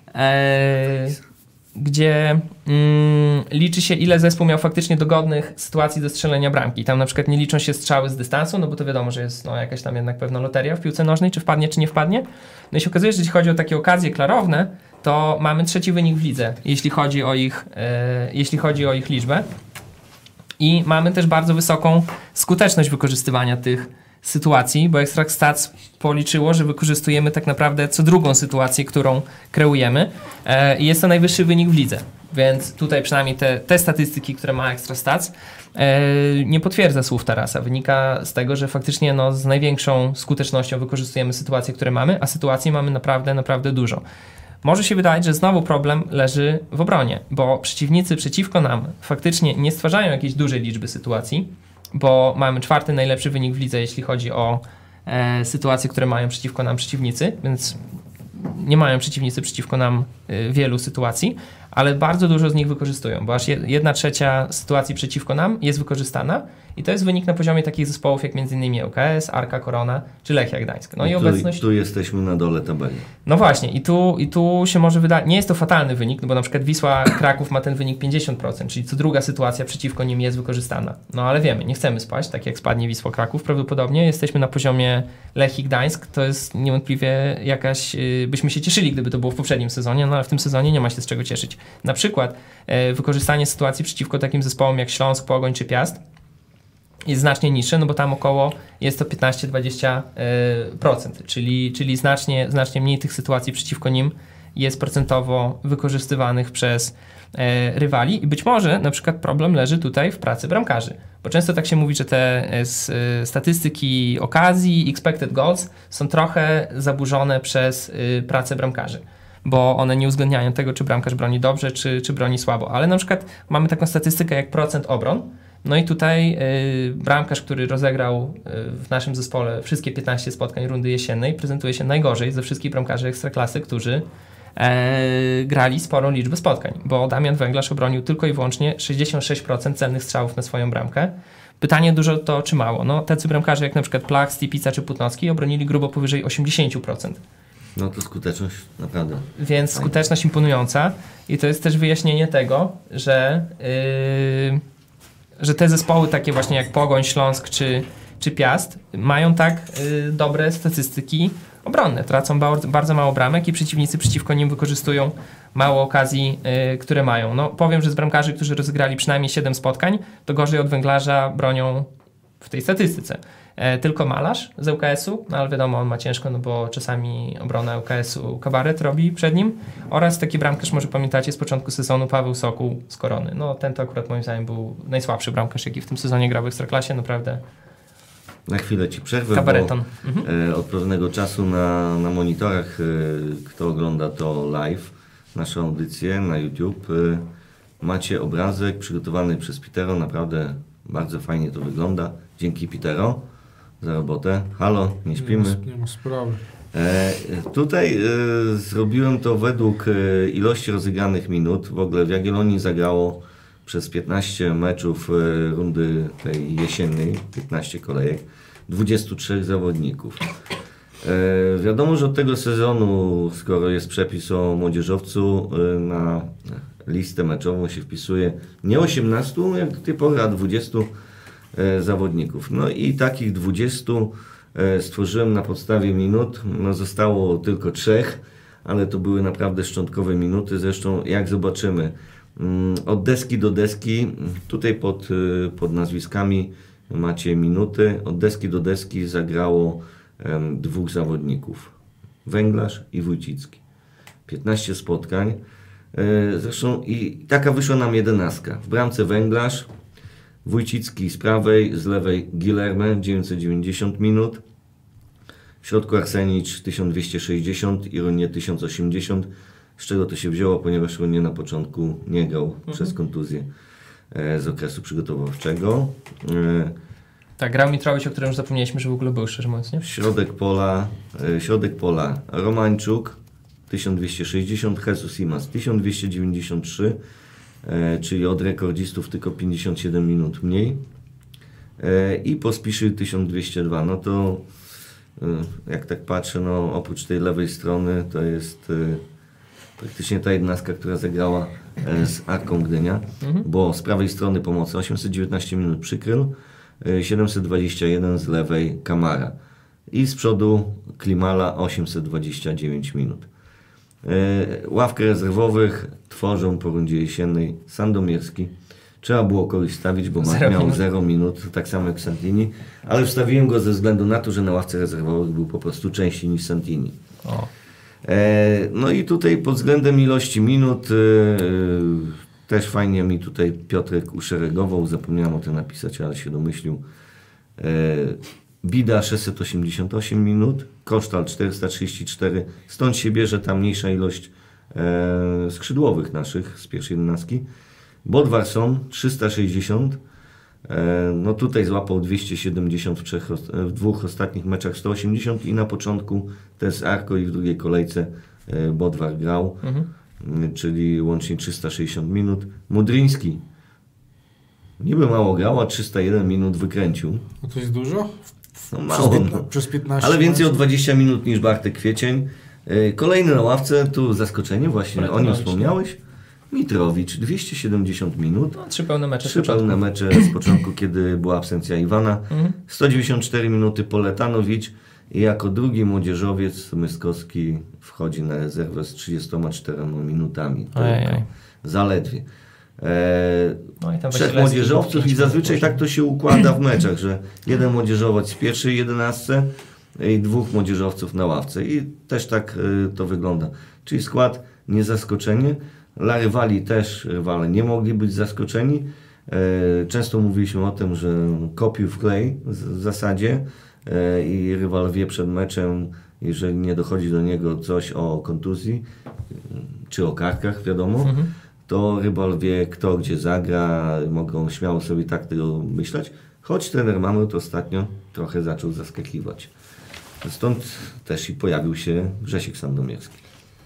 e, gdzie mm, liczy się, ile zespół miał faktycznie dogodnych sytuacji do strzelenia bramki. Tam na przykład nie liczą się strzały z dystansu, no bo to wiadomo, że jest no, jakaś tam jednak pewna loteria w piłce nożnej, czy wpadnie, czy nie wpadnie. No i się okazuje, że jeśli chodzi o takie okazje klarowne, to mamy trzeci wynik w lidze, jeśli chodzi o ich, e, jeśli chodzi o ich liczbę. I mamy też bardzo wysoką skuteczność wykorzystywania tych sytuacji, bo Extract Stats policzyło, że wykorzystujemy tak naprawdę co drugą sytuację, którą kreujemy e, i jest to najwyższy wynik w lidze. Więc tutaj przynajmniej te, te statystyki, które ma Extract Stats, e, nie potwierdza słów Tarasa. Wynika z tego, że faktycznie no, z największą skutecznością wykorzystujemy sytuacje, które mamy, a sytuacji mamy naprawdę, naprawdę dużo. Może się wydawać, że znowu problem leży w obronie, bo przeciwnicy przeciwko nam faktycznie nie stwarzają jakiejś dużej liczby sytuacji, bo mamy czwarty najlepszy wynik w lidze, jeśli chodzi o e, sytuacje, które mają przeciwko nam przeciwnicy, więc nie mają przeciwnicy przeciwko nam e, wielu sytuacji, ale bardzo dużo z nich wykorzystują, bo aż jedna trzecia sytuacji przeciwko nam jest wykorzystana i to jest wynik na poziomie takich zespołów jak m.in. O K S, Arka Korona czy Lechia Gdańsk. No i, i tu, obecność... tu jesteśmy na dole tabeli. No właśnie i tu, i tu się może wydać, nie jest to fatalny wynik, no bo na przykład Wisła Kraków ma ten wynik pięćdziesiąt procent, czyli co druga sytuacja przeciwko nim jest wykorzystana. No ale wiemy, nie chcemy spaść, tak jak spadnie Wisła Kraków, prawdopodobnie jesteśmy na poziomie Lechii Gdańsk, to jest niewątpliwie jakaś, yy, byśmy się cieszyli, gdyby to było w poprzednim sezonie, no ale w tym sezonie nie ma się z czego cieszyć. Na przykład yy, wykorzystanie sytuacji przeciwko takim zespołom jak Śląsk, Pogoń czy Piast jest znacznie niższe, no bo tam około jest to piętnaście do dwudziestu procent, czyli, czyli znacznie, znacznie mniej tych sytuacji przeciwko nim jest procentowo wykorzystywanych przez e, rywali i być może na przykład problem leży tutaj w pracy bramkarzy, bo często tak się mówi, że te s, statystyki okazji, expected goals są trochę zaburzone przez y, pracę bramkarzy, bo one nie uwzględniają tego, czy bramkarz broni dobrze, czy, czy broni słabo, ale na przykład mamy taką statystykę jak procent obron, No i tutaj y, bramkarz, który rozegrał y, w naszym zespole wszystkie piętnaście spotkań rundy jesiennej, prezentuje się najgorzej ze wszystkich bramkarzy Ekstraklasy, którzy e, grali sporą liczbę spotkań, bo Damian Węglarz obronił tylko i wyłącznie sześćdziesiąt sześć procent celnych strzałów na swoją bramkę. Pytanie dużo to czy mało? No, tacy bramkarze jak na przykład Plach, Stipica czy Putnowski obronili grubo powyżej osiemdziesiąt procent. No to skuteczność naprawdę. Więc fajnie. Skuteczność imponująca i to jest też wyjaśnienie tego, że, yy, że te zespoły takie właśnie jak Pogoń, Śląsk czy, czy Piast mają tak yy, dobre statystyki obronne. Tracą bardzo, bardzo mało bramek i przeciwnicy przeciwko nim wykorzystują mało okazji, yy, które mają. No, powiem, że z bramkarzy, którzy rozegrali przynajmniej siedem spotkań, to gorzej od Węglarza bronią w tej statystyce. E, tylko Malarz z L K S-u, no ale wiadomo, on ma ciężko, no bo czasami obrona L K S-u kabaret robi przed nim. Oraz taki bramkarz, może pamiętacie, z początku sezonu Paweł Sokół z Korony. No ten to akurat moim zdaniem był najsłabszy bramkarz, jaki w tym sezonie grał w Ekstraklasie, naprawdę. Na chwilę ci przerwę, Kabareton. bo Mhm. e, od pewnego czasu na, na monitorach, e, kto ogląda to live, naszą audycję na YouTube, e, macie obrazek przygotowany przez Pitero, naprawdę bardzo fajnie to wygląda. Dzięki Pitero za robotę. Halo, nie śpimy. Nie ma, nie ma sprawy. E, tutaj e, zrobiłem to według e, ilości rozegranych minut. W ogóle w Jagiellonii zagrało przez piętnaście meczów e, rundy tej jesiennej, piętnaście kolejek, dwudziestu trzech zawodników. E, wiadomo, że od tego sezonu, skoro jest przepis o młodzieżowcu, e, na listę meczową się wpisuje nie osiemnastu, jak do tej pory, a dwudziestu e, zawodników. No i takich dwudziestu e, stworzyłem na podstawie minut. No zostało tylko trzech, ale to były naprawdę szczątkowe minuty. Zresztą jak zobaczymy, mm, od deski do deski, tutaj pod, e, pod nazwiskami macie minuty, od deski do deski zagrało e, dwóch zawodników. Węglarz i Wójcicki. piętnaście spotkań. Zresztą i taka wyszła nam jedenastka. W bramce Węglarz, Wójcicki z prawej, z lewej Guilherme, dziewięćset dziewięćdziesiąt minut. W środku Arsenicz tysiąc dwieście sześćdziesiąt i Ronier tysiąc osiemdziesiąt. Z czego to się wzięło? Ponieważ Ronier na początku nie grał mhm. przez kontuzję z okresu przygotowawczego. Tak, grał Mitrowicz, o którym już zapomnieliśmy, że w ogóle był, szczerze mówiąc, nie? Środek pola, środek pola Romańczuk tysiąc dwieście sześćdziesiąt, Jesus Imas tysiąc dwieście dziewięćdziesiąt trzy, e, czyli od rekordzistów tylko pięćdziesiąt siedem minut mniej. E, I Pospiszil tysiąc dwieście dwa. No to e, jak tak patrzę, no oprócz tej lewej strony to jest e, praktycznie ta jednostka, która zagrała e, z Arką Gdynia, mhm. bo z prawej strony pomocy osiemset dziewiętnaście minut Przykryl, e, siedemset dwadzieścia jeden z lewej Kamara i z przodu Klimala osiemset dwadzieścia dziewięć minut. Ławkę rezerwowych tworzą po rundzie jesiennej Sandomierski. Trzeba było kogoś stawić, bo Mat miał zero minut, tak samo jak Santini, ale wstawiłem go ze względu na to, że na ławce rezerwowych był po prostu częściej niż Santini. O. E, no i tutaj pod względem ilości minut e, też fajnie mi tutaj Piotrek uszeregował, zapomniałem o tym napisać, ale się domyślił. E, Bida sześćset osiemdziesiąt osiem minut, Kosztal czterysta trzydzieści cztery, stąd się bierze ta mniejsza ilość e, skrzydłowych naszych z pierwszej jedenastki. Bodvarsson trzysta sześćdziesiąt, e, no tutaj złapał dwieście siedemdziesiąt w, trzech, w dwóch ostatnich meczach sto osiemdziesiąt i na początku też z Arko i w drugiej kolejce e, Bodvar grał, mhm. czyli łącznie trzysta sześćdziesiąt minut. Mudryński niby mało grał, a trzysta jeden minut wykręcił. No to jest dużo? No mało, przez, piętna, przez piętnaście ale więcej o dwadzieścia minut niż Bartek Kwiecień. Kolejny na ławce, tu zaskoczenie, właśnie o nim wspomniałeś. Mitrowicz, dwieście siedemdziesiąt minut. No, trzy pełne mecze Trzy z początku. pełne mecze z początku, kiedy była absencja Iwana. Mhm. sto dziewięćdziesiąt cztery minuty Poletanowicz i jako drugi młodzieżowiec Myskowski wchodzi na rezerwę z trzydziestoma czterema minutami. Ojej. Zaledwie. Eee, no i tam trzech młodzieżowców i zazwyczaj tak to się układa w meczach, że jeden młodzieżowiec w pierwszej jedenastce i dwóch młodzieżowców na ławce i też tak y, to wygląda. Czyli skład nie zaskoczenie. Dla rywali też rywale nie mogli być zaskoczeni. E, często mówiliśmy o tym, że kopił w klej w zasadzie e, i rywal wie przed meczem, jeżeli nie dochodzi do niego coś o kontuzji czy o karkach, wiadomo, mhm. to Rybal wie, kto gdzie zagra, mogą śmiało sobie tak tego myśleć, choć trener Mamrot ostatnio trochę zaczął zaskakiwać. Stąd też i pojawił się Grzesiek Sandomierski.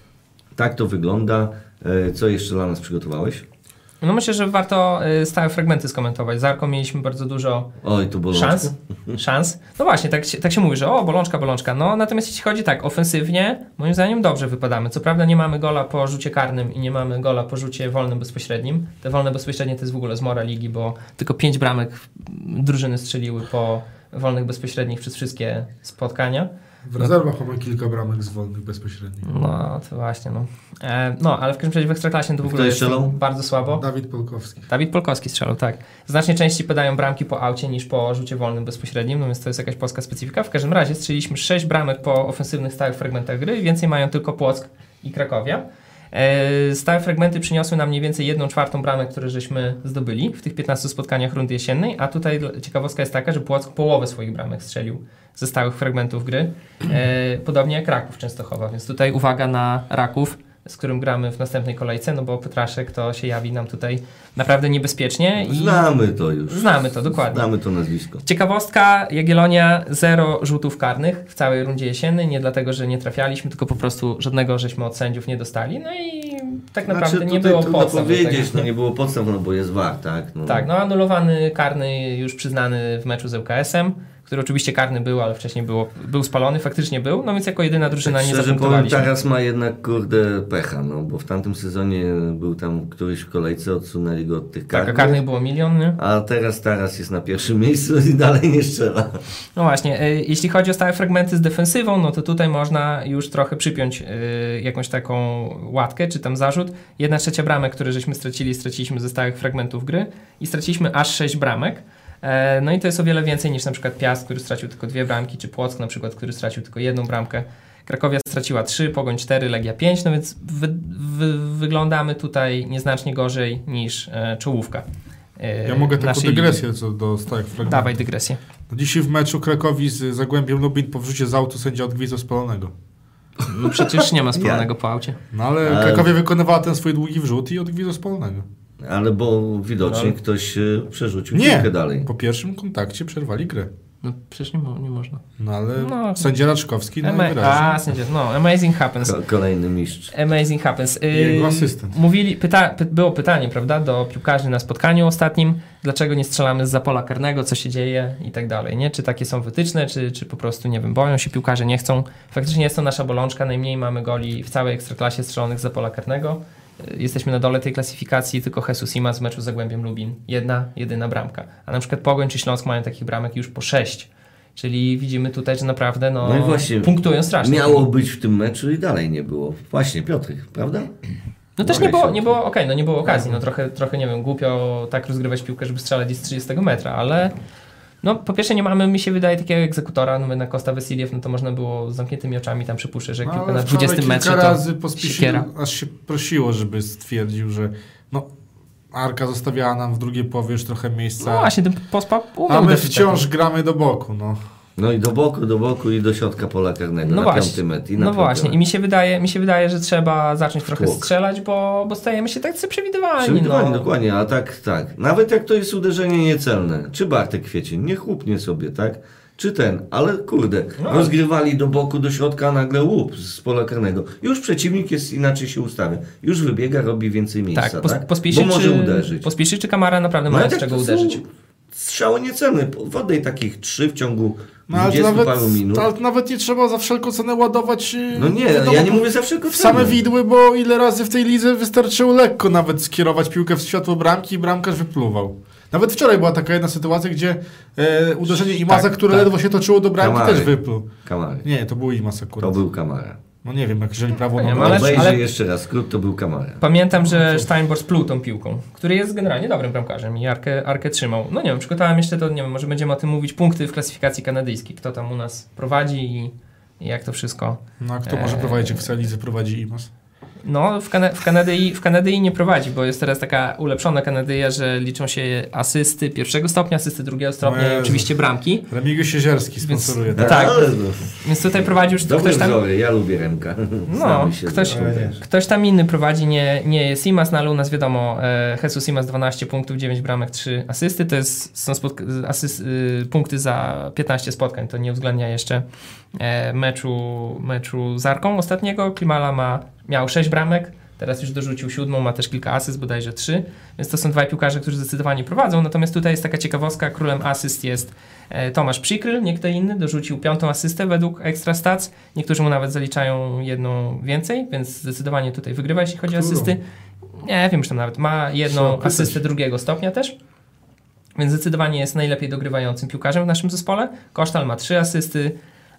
Tak to wygląda. Co jeszcze dla nas przygotowałeś? No myślę, że warto y, stałe fragmenty skomentować. Z Arką mieliśmy bardzo dużo Oj, tu bolączka. szans. szans. No właśnie, tak, się- tak się mówi, że o, bolączka, bolączka. No natomiast jeśli chodzi tak, ofensywnie, moim zdaniem dobrze wypadamy. Co prawda nie mamy gola po rzucie karnym i nie mamy gola po rzucie wolnym bezpośrednim. Te wolne bezpośrednie to jest w ogóle zmora ligi, bo tylko pięć bramek drużyny strzeliły po wolnych bezpośrednich przez wszystkie spotkania. W rezerwach mamy kilka bramek z wolnych bezpośrednich. No to właśnie, no. E, no, ale w każdym razie w Ekstraklasie to w Kto ogóle jest strzelał? bardzo słabo. Dawid Polkowski. Dawid Polkowski strzelał, tak. Znacznie częściej podają bramki po aucie niż po rzucie wolnym bezpośrednim, no więc to jest jakaś polska specyfika. W każdym razie strzeliliśmy sześć bramek po ofensywnych stałych fragmentach gry, więcej mają tylko Płock i Krakowia. E, stałe fragmenty przyniosły nam mniej więcej jedną czwartą bramek, które żeśmy zdobyli w tych piętnastu spotkaniach rundy jesiennej, a tutaj ciekawostka jest taka, że Płock połowę swoich bramek strzelił ze stałych fragmentów gry, e, podobnie jak Raków Częstochowa, więc tutaj uwaga na Raków, z którym gramy w następnej kolejce, no bo Petraszek to się jawi nam tutaj naprawdę niebezpiecznie. I Znamy to już. Znamy to, dokładnie. Znamy to nazwisko. Ciekawostka, Jagiellonia zero rzutów karnych w całej rundzie jesiennej, nie dlatego, że nie trafialiśmy, tylko po prostu żadnego żeśmy od sędziów nie dostali, no i tak naprawdę Znaczy, nie tutaj było trudno podstaw do tego. powiedzieć, no nie było podstaw, no bo jest V A R, tak? No. Tak, no anulowany karny już przyznany w meczu z ŁKS-em, który oczywiście karny był, ale wcześniej było, był spalony, faktycznie był, no więc jako jedyna drużyna Tak nie szczerze powiem, zapunktowaliśmy. teraz ma jednak kurde pecha, no bo w tamtym sezonie był tam któryś w kolejce, odsunęli go od tych Tak, a karnych. karnych było milion, nie? A teraz Taras jest na pierwszym miejscu i dalej nie strzela. No właśnie, y, jeśli chodzi o stałe fragmenty z defensywą, no to tutaj można już trochę przypiąć y, jakąś taką łatkę, czy tam zarzut. Jedna trzecia bramek, które żeśmy stracili, straciliśmy ze stałych fragmentów gry i straciliśmy aż sześć bramek. E, no i to jest o wiele więcej niż na przykład Piast, który stracił tylko dwie bramki, czy Płock na przykład, który stracił tylko jedną bramkę. Krakowia straciła trzy, Pogoń cztery, Legia pięć, no więc wy, wy, wyglądamy tutaj nieznacznie gorzej niż e, czołówka. E, Ja mogę taką naszej dygresję ligi. co do stałych fragmentów. Dawaj dygresję. No dzisiaj w meczu Krakowi z Zagłębiem Lubin po wrzucie z autu sędzia odgwizdał spalonego. No przecież nie ma spalonego po aucie. No ale Ale- Krakowia wykonywała ten swój długi wrzut i odgwizdał spalonego. Ale bo widocznie No. ktoś e, przerzucił Nie, piłkę dalej. po pierwszym kontakcie przerwali grę. No przecież nie, mo- nie można. No ale No. sędzia Raczkowski Ama- najwyraźniej. a, sędzia, no, amazing happens. Ko- kolejny mistrz. Amazing happens. Yy, Jego asystent. Mówili, pyta, py, było pytanie, prawda, do piłkarzy na spotkaniu ostatnim, dlaczego nie strzelamy z pola karnego, co się dzieje i tak dalej, nie? Czy takie są wytyczne, czy, czy po prostu, nie wiem, boją się piłkarze, nie chcą. Faktycznie jest to nasza bolączka, najmniej mamy goli w całej Ekstraklasie strzelonych z pola karnego. Yy, Jesteśmy na dole tej klasyfikacji, tylko Jesus Simas w meczu z Zagłębiem Lubin. Jedna, jedyna bramka. A na przykład Pogoń czy Śląsk mają takich bramek już po sześć. Czyli widzimy tutaj, że naprawdę no, No i właśnie punktują strasznie. Miało być w tym meczu i dalej nie było. Właśnie, Piotrek, prawda? No też Mogę nie było, się- nie było, okej, no nie było okazji, no trochę, trochę, nie wiem, głupio tak rozgrywać piłkę, żeby strzelać z trzydziestego metra, ale no po pierwsze nie mamy, mi się wydaje, takiego egzekutora, no na Costa Vesiliev, no to można było z zamkniętymi oczami tam przypuszczać, że jak No, piłka ale na wczoraj dwudziestym metrze kilka to razy pospieszył, siekiera. aż się prosiło, żeby stwierdził, że no Arka zostawiała nam w drugiej połowie już trochę miejsca, No właśnie, ten pospa umiał a my uderzyć wciąż taką. gramy do boku. No. No i do boku, do boku i do środka pola karnego. No na właśnie, piąty metr i na no piąty właśnie. metr. I mi się wydaje, mi się wydaje, że trzeba zacząć trochę Tłok. strzelać, bo, bo stajemy się tak przewidywalni. Przewidywalnie, No. dokładnie, a tak, tak. Nawet jak to jest uderzenie niecelne, czy Bartek Kwiecień, nie chłupnie sobie, tak? Czy ten, ale kurde, No. rozgrywali do boku, do środka, a nagle łup z pola karnego. Już przeciwnik jest inaczej się ustawia. Już wybiega, robi więcej miejsca, Tak, tak? pos, Bo pospieszy, może czy, uderzyć. pospieszy, czy Kamara naprawdę No mają ale z tak czego to są uderzyć. Strzały niecelne. Wodej takich trzy w ciągu No, ale to dwudziestu nawet, paru minut. ale to nawet nie trzeba za wszelką cenę ładować. yy, No nie, wiadomo, ja nie mówię za wszelką w same cenę. widły, bo ile razy w tej lidze wystarczyło lekko nawet skierować piłkę w światło bramki i bramkarz wypluwał. Nawet wczoraj była taka jedna sytuacja, gdzie e, uderzenie Imasa, Tak, które tak. ledwo się toczyło do bramki, Kamary. też wypluł. Kamary. Nie, to był Imas akurat. To był Kamara. No nie wiem, jak jeżeli prawo Nie, nogą- no ale- Obejrzę jeszcze raz skrót, to był Kamara. Pamiętam, że Steinborg spluł tą piłką, który jest generalnie dobrym bramkarzem i Arkę, Arkę trzymał. No nie wiem, przygotowałem jeszcze to, nie wiem, może będziemy o tym mówić, punkty w klasyfikacji kanadyjskiej, kto tam u nas prowadzi i, i jak to wszystko. No a kto może Eee. prowadzić, jak w lidze prowadzi Imas? No, w, Kana- w, Kanadyi, w Kanadyi nie prowadzi, bo jest teraz taka ulepszona Kanadyja, że liczą się asysty pierwszego stopnia, asysty drugiego stopnia Jezu. i oczywiście bramki. Remigiusz Siezierski sponsoruje. Więc- tak? tak. Ale no, Więc tutaj prowadzi już dobre ktoś tam... wzory, ja lubię Remka. No, Znamy się ktoś, zresztą też. ktoś tam inny prowadzi, nie, nie jest Simas, no ale u nas wiadomo, e, Jesus Simas dwanaście punktów, dziewięć bramek, trzy asysty, to jest, są spotka- asys- y, punkty za piętnaście spotkań, to nie uwzględnia jeszcze e, meczu, meczu z Arką ostatniego. Klimala ma, miał sześć bramek, teraz już dorzucił siódmą, ma też kilka asyst, bodajże trzy, więc to są dwaj piłkarze, którzy zdecydowanie prowadzą, natomiast tutaj jest taka ciekawostka, królem asyst jest e, Tomasz Przykryl, nie kto inny, dorzucił piątą asystę według Extra Stats, niektórzy mu nawet zaliczają jedną więcej, więc zdecydowanie tutaj wygrywa, jeśli chodzi o Którą? asysty. Nie wiem, już tam nawet ma jedną Trzeba pytać. asystę drugiego stopnia też, więc zdecydowanie jest najlepiej dogrywającym piłkarzem w naszym zespole. Kosztal ma trzy asysty,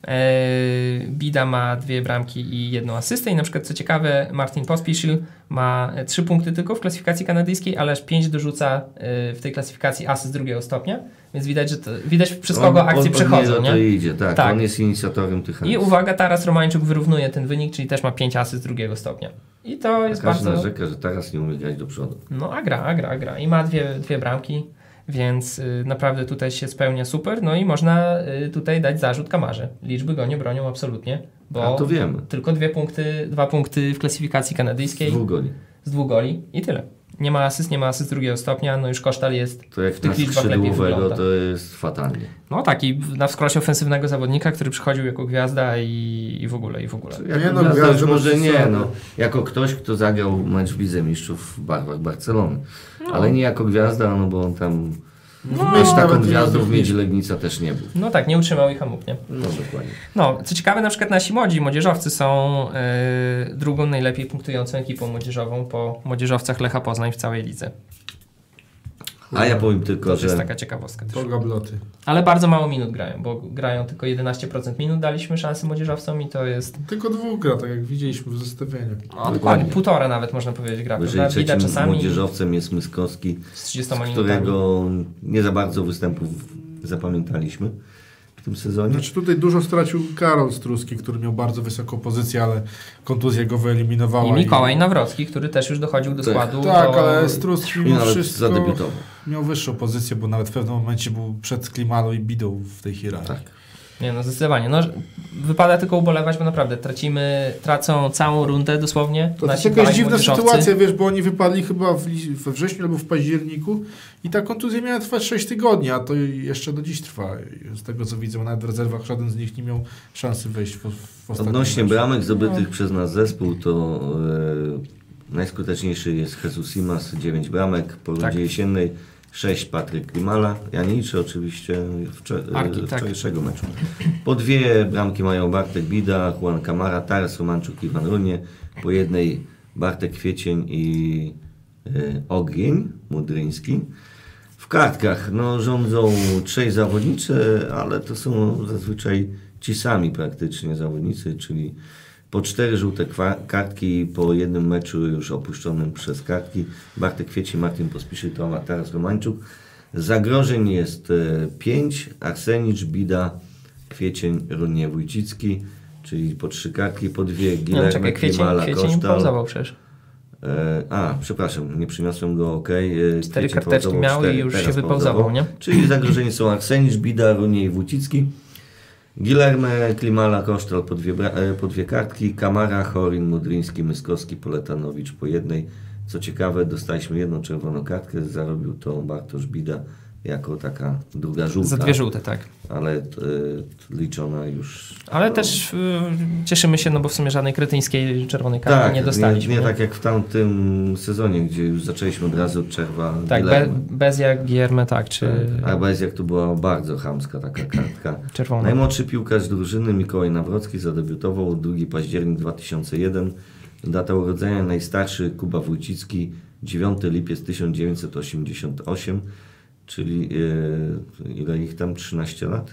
Eee, Bida ma dwie bramki i jedną asystę i na przykład co ciekawe Martin Pospisil ma trzy punkty tylko w klasyfikacji kanadyjskiej, ale aż pięć dorzuca e, w tej klasyfikacji asyst drugiego stopnia, więc widać, że to, widać przez kogo On- akcje on, przechodzą, on nie? to idzie, tak, Tak. on jest inicjatorem tych I akcji. uwaga, Taras Romańczuk wyrównuje ten wynik, czyli też ma pięć asyst drugiego stopnia. I to jest Każdy bardzo... narzeka, że teraz nie umie grać do przodu. No a gra, a gra, a gra. I ma dwie, dwie bramki, więc y, naprawdę tutaj się spełnia super. No i można y, tutaj dać zarzut Kamarze. Liczby go nie bronią absolutnie, bo A to wiemy. tylko dwie punkty, dwa punkty w klasyfikacji kanadyjskiej Dwóch goli. z dwóch goli i tyle. Nie ma asyst, nie ma asyst drugiego stopnia, no już Kosztal jest To jak w tych na liczbach lepiej skrzydłowego wygląda. to jest fatalnie. No tak, i na wskrosie ofensywnego zawodnika, który przychodził jako gwiazda i, i w ogóle, i w ogóle. Jako Nie no, gwiazda gwiazda już może bez nie, przesady. no. Jako ktoś, kto zagrał mecz w Lidze Mistrzów w barwach Barcelony. Ale nie jako gwiazda, no bo on tam... No, Też taką nawet nie gwiazdą w jest Miedzi Legnica też nie był. No tak, nie utrzymał ich Hamuk, nie? No dokładnie. No, co ciekawe, na przykład nasi młodzi młodzieżowcy są yy, drugą najlepiej punktującą ekipą młodzieżową po młodzieżowcach Lecha Poznań w całej lidze. A ja powiem To tylko, jest że taka ciekawostka też. To gabloty. Ale bardzo mało minut grają, bo grają tylko jedenaście procent minut, daliśmy szansę młodzieżowcom i to jest... Tylko dwóch gra, tak jak widzieliśmy w zestawieniu. No, dokładnie, półtora nawet można powiedzieć gra, jeżeli prawda? Widać trzecim czasami młodzieżowcem jest Myskowski, z z trzydziestoma minutami. którego nie za bardzo występów zapamiętaliśmy w tym sezonie. Znaczy tutaj dużo stracił Karol Struski, który miał bardzo wysoką pozycję, ale kontuzja go wyeliminowała. I Mikołaj Nawrocki, który też już dochodził do Tak. składu. Tak, do... ale Struski I mimo nawet wszystko zadebiutował. miał wyższą pozycję, bo nawet w pewnym momencie był przed Klimalą i Bidą w tej hierarchii. Tak. Nie no, zdecydowanie. No, wypada tylko ubolewać, bo naprawdę tracimy, tracą całą rundę dosłownie. To nasi jest jakaś dwaj dziwna młodzieżowcy. sytuacja, wiesz, bo oni wypadli chyba w, li- we wrześniu albo w październiku i ta kontuzja miała trwać sześć tygodni, a to jeszcze do dziś trwa. I z tego co widzę, nawet w rezerwach żaden z nich nie miał szansy wejść w, w ostatnim Odnośnie meczu. bramek zdobytych No. przez nasz zespół, to e, najskuteczniejszy jest Jesus Simas, dziewięć bramek, po rundzie Tak. jesiennej sześć Patryk Klimala, ja nie liczę oczywiście wczor- Arki, e, tak. wczorajszego meczu. Po dwie bramki mają Bartek Bida, Juan Kamara, Taras Romanczuk i Iwan Runie, po jednej Bartek Kwiecień i e, Ogień Mudryński. W kartkach no, rządzą trzej zawodnicze, ale to są zazwyczaj ci sami praktycznie zawodnicy, czyli po cztery żółte kwa- kartki po jednym meczu już opuszczonym przez kartki. Bartek Kwiecień, Martin Pospisil, Tomasz Taras Romańczuk. Zagrożeń jest e, pięć. Arsenicz, Bida, Kwiecień, Runie, Wójcicki, czyli po trzy kartki, po dwie. No, Gilerme, czekaj, Kwiecień, Klimala, Kwiecień Kosztal. pauzował przecież. E, a, przepraszam, nie przyniosłem go, okej. E, Cztery Kwiecień karteczki pauzował, miał cztery, i już teraz się wypauzował, nie? Czyli zagrożeni są Arsenicz, Bida, Runie i Wójcicki. Gilerme, Klimala, Kosztal po dwie, bra- e, po dwie kartki, Kamara, Chorin, Mudryński, Myskowski, Poletanowicz po jednej. Co ciekawe, dostaliśmy jedną czerwoną kartkę, zarobił to Bartosz Bida jako taka druga żółta. Za dwie żółte, tak. Ale e, liczona już... Ale no, też y, cieszymy się, no bo w sumie żadnej kretyńskiej czerwonej kartki tak, nie dostaliśmy. Nie, nie tak jak w tamtym sezonie, gdzie już zaczęliśmy od razu od czerwa. Tak, be, bez jak Gierme, tak, czy A bez jak to była bardzo chamska taka kartka. czerwona. Najmłodszy piłkarz drużyny Mikołaj Nawrocki zadebiutował drugiego października dwa tysiące pierwszy. Data urodzenia najstarszy Kuba Wójcicki dziewiątego lipca tysiąc dziewięćset osiemdziesiątego ósmego, czyli e, ile ich tam? trzynaście lat?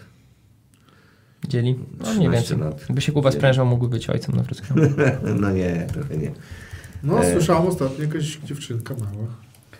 Dzieli? No mniej trzynaście więcej. lat. Jakby się Kuba sprężał, mógłby być ojcem Nawrockiego. No nie, trochę nie. No, E. słyszałem ostatnio jakaś dziewczynka mała.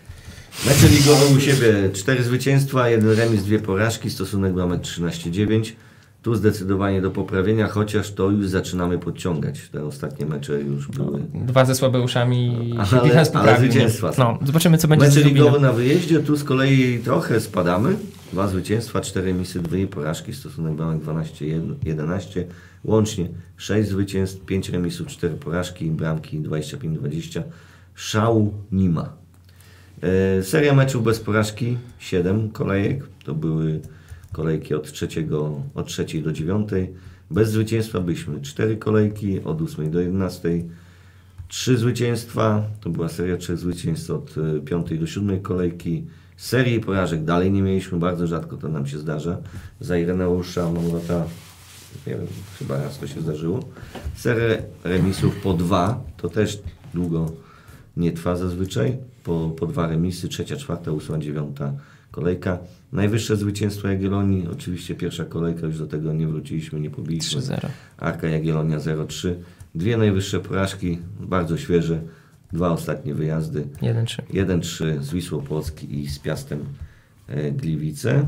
Mecze ligowe u siebie, cztery zwycięstwa, jeden remis, dwie porażki, stosunek bramek trzynaście dziewięć. tu zdecydowanie do poprawienia, chociaż to już zaczynamy podciągać. Te ostatnie mecze już były. Dwa ze słabeuszami i Ale, bilans ale poprawił. zwycięstwa są. No, zobaczymy, co będzie Mecze z Lubinem. ligowe na wyjeździe, tu z kolei trochę spadamy. Dwa zwycięstwa, cztery remisy, dwie porażki, stosunek bramek dwanaście jedenaście. Łącznie sześć zwycięstw, pięć remisów, cztery porażki, bramki dwadzieścia pięć dwadzieścia. Szału nie ma. E, seria meczów bez porażki, siedem kolejek. To były kolejki od, trzeciego, od trzeciej do dziewiątej. Bez zwycięstwa byliśmy cztery kolejki, od ósmej do jedenastej. Trzy zwycięstwa, to była seria trzech zwycięstw od piątej do siódmej kolejki. Serii porażek dalej nie mieliśmy, bardzo rzadko to nam się zdarza. Za Ireneusza Mamrota, nie wiem, chyba raz to się zdarzyło. Serię remisów po dwa, to też długo nie trwa zazwyczaj. Po, po dwa remisy, trzecia, czwarta, ósma, dziewiąta kolejka. Najwyższe zwycięstwo Jagiellonii, oczywiście pierwsza kolejka, już do tego nie wróciliśmy, nie pobiliśmy. trzy zero. Arka Jagiellonia zero trzy. Dwie najwyższe porażki, bardzo świeże. Dwa ostatnie wyjazdy. jeden trzy. jeden trzy z Wisłą Płocki i z Piastem e, Gliwice.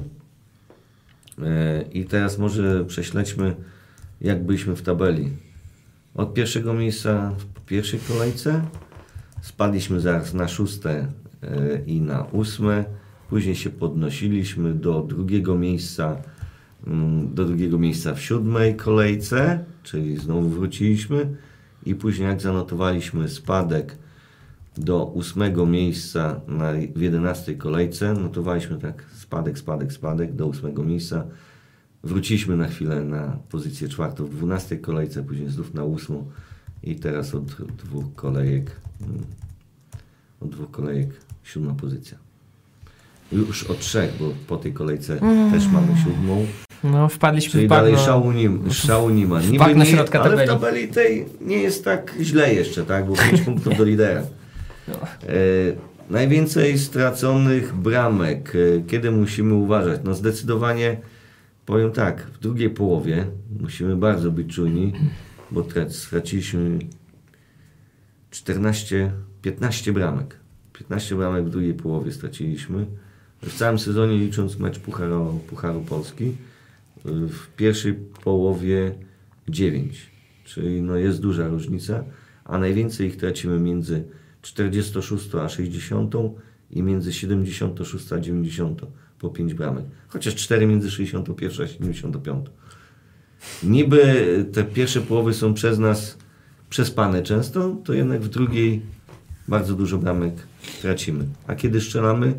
E, I teraz może prześledźmy, jak byliśmy w tabeli. Od pierwszego miejsca w pierwszej kolejce spadliśmy zaraz na szóste e, i na ósme. Później się podnosiliśmy do drugiego miejsca mm, do drugiego miejsca w siódmej kolejce, czyli znowu wróciliśmy. I później jak zanotowaliśmy spadek do ósmego miejsca na, w jedenastej kolejce, notowaliśmy tak spadek, spadek, spadek do ósmego miejsca. Wróciliśmy na chwilę na pozycję czwartą w dwunastej kolejce, później znów na ósmą i teraz od dwóch kolejek od dwóch kolejek siódma pozycja. Już od trzech, bo po tej kolejce mm. też mamy siódmą. No, wpadliśmy Czyli w bagno. dalej szału nie, szału nie ma. Niby bagno nie, środka ale tabeli. w tabeli tej nie jest tak źle jeszcze, tak? Bo pięć punktów do lidera. No. E, najwięcej straconych bramek. E, kiedy musimy uważać? No zdecydowanie powiem tak, w drugiej połowie musimy bardzo być czujni, bo tra- straciliśmy czternaście, piętnaście bramek. piętnaście bramek w drugiej połowie straciliśmy. W całym sezonie licząc mecz Pucharu, Pucharu Polski. W pierwszej połowie dziewięć, czyli no jest duża różnica, a najwięcej ich tracimy między czterdziestą szóstą a sześćdziesiątą i między siedemdziesiątą szóstą a dziewięćdziesiątą po pięć bramek, chociaż cztery między sześćdziesiątą pierwszą a siedemdziesiątą piątą. Niby te pierwsze połowy są przez nas przespane często, to jednak w drugiej bardzo dużo bramek tracimy. A kiedy strzelamy?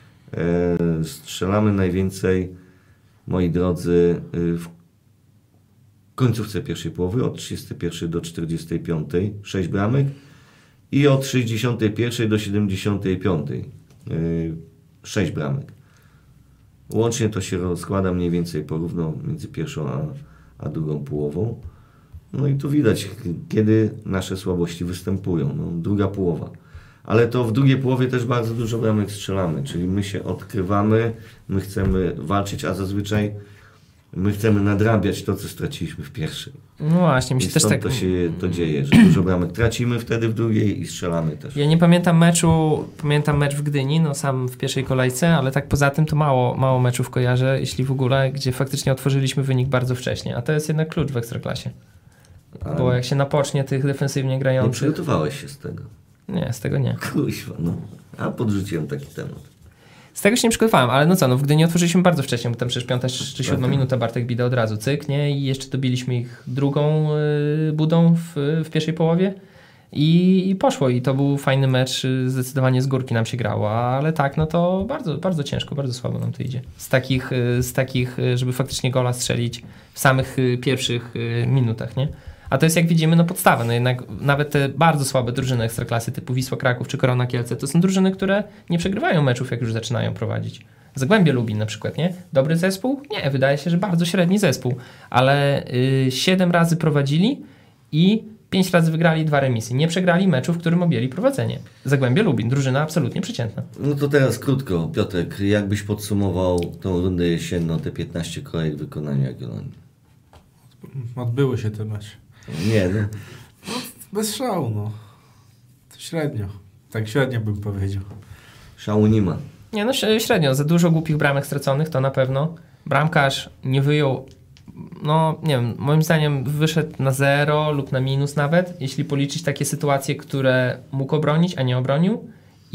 E, strzelamy najwięcej, moi drodzy, w końcówce pierwszej połowy, od trzydziestej pierwszej do czterdziestej piątej, sześć bramek i od sześćdziesiątej pierwszej do siedemdziesiątej piątej, sześć bramek. Łącznie to się rozkłada mniej więcej porówno między pierwszą a, a drugą połową. No i tu widać, kiedy nasze słabości występują. No, druga połowa. Ale to w drugiej połowie też bardzo dużo bramek strzelamy, czyli my się odkrywamy, my chcemy walczyć, a zazwyczaj my chcemy nadrabiać to, co straciliśmy w pierwszej. No właśnie, mi się I też stąd tak... to się to dzieje, że dużo bramek tracimy wtedy w drugiej i strzelamy też. Ja nie pamiętam meczu, pamiętam mecz w Gdyni, no sam w pierwszej kolejce, ale tak poza tym to mało, mało meczów kojarzę, jeśli w ogóle, gdzie faktycznie otworzyliśmy wynik bardzo wcześnie, a to jest jednak klucz w Ekstraklasie. Ale Bo jak się napocznie tych defensywnie nie grających... przygotowałeś się z tego. Nie, z tego nie. Kuźwa, no. A podrzuciłem taki temat. Z tego się nie przygotowałem, ale no co, no w Gdyni otworzyliśmy bardzo wcześnie, bo tam przecież piąta czy siódma minuta Bartek Bida od razu cyk, nie? I jeszcze dobiliśmy ich drugą y, budą w, w pierwszej połowie i, i poszło. I to był fajny mecz, y, zdecydowanie z górki nam się grało, ale tak, no to bardzo, bardzo ciężko, bardzo słabo nam to idzie. Z takich, y, z takich y, żeby faktycznie gola strzelić w samych y, pierwszych y, minutach, nie? A to jest, jak widzimy, no podstawa. No jednak nawet te bardzo słabe drużyny Ekstraklasy typu Wisła Kraków czy Korona Kielce to są drużyny, które nie przegrywają meczów, jak już zaczynają prowadzić. Zagłębie Lubin na przykład, nie? Dobry zespół? Nie, wydaje się, że bardzo średni zespół. Ale y, siedem razy prowadzili i pięć razy wygrali dwa remisy. Nie przegrali meczu, w którym objęli prowadzenie. Zagłębie Lubin, drużyna absolutnie przeciętna. No to teraz krótko, Piotrek, jak byś podsumował tą rundę jesienną, te piętnaście kolejek w wykonaniu Jagiellonii? Odbyły się te mecze. Nie, no. No, bez szału, no. To średnio. Tak średnio bym powiedział. Szału nie ma. Nie, no średnio. Za dużo głupich bramek straconych, to na pewno. Bramkarz nie wyjął no nie wiem, moim zdaniem wyszedł na zero lub na minus nawet, jeśli policzyć takie sytuacje, które mógł obronić, a nie obronił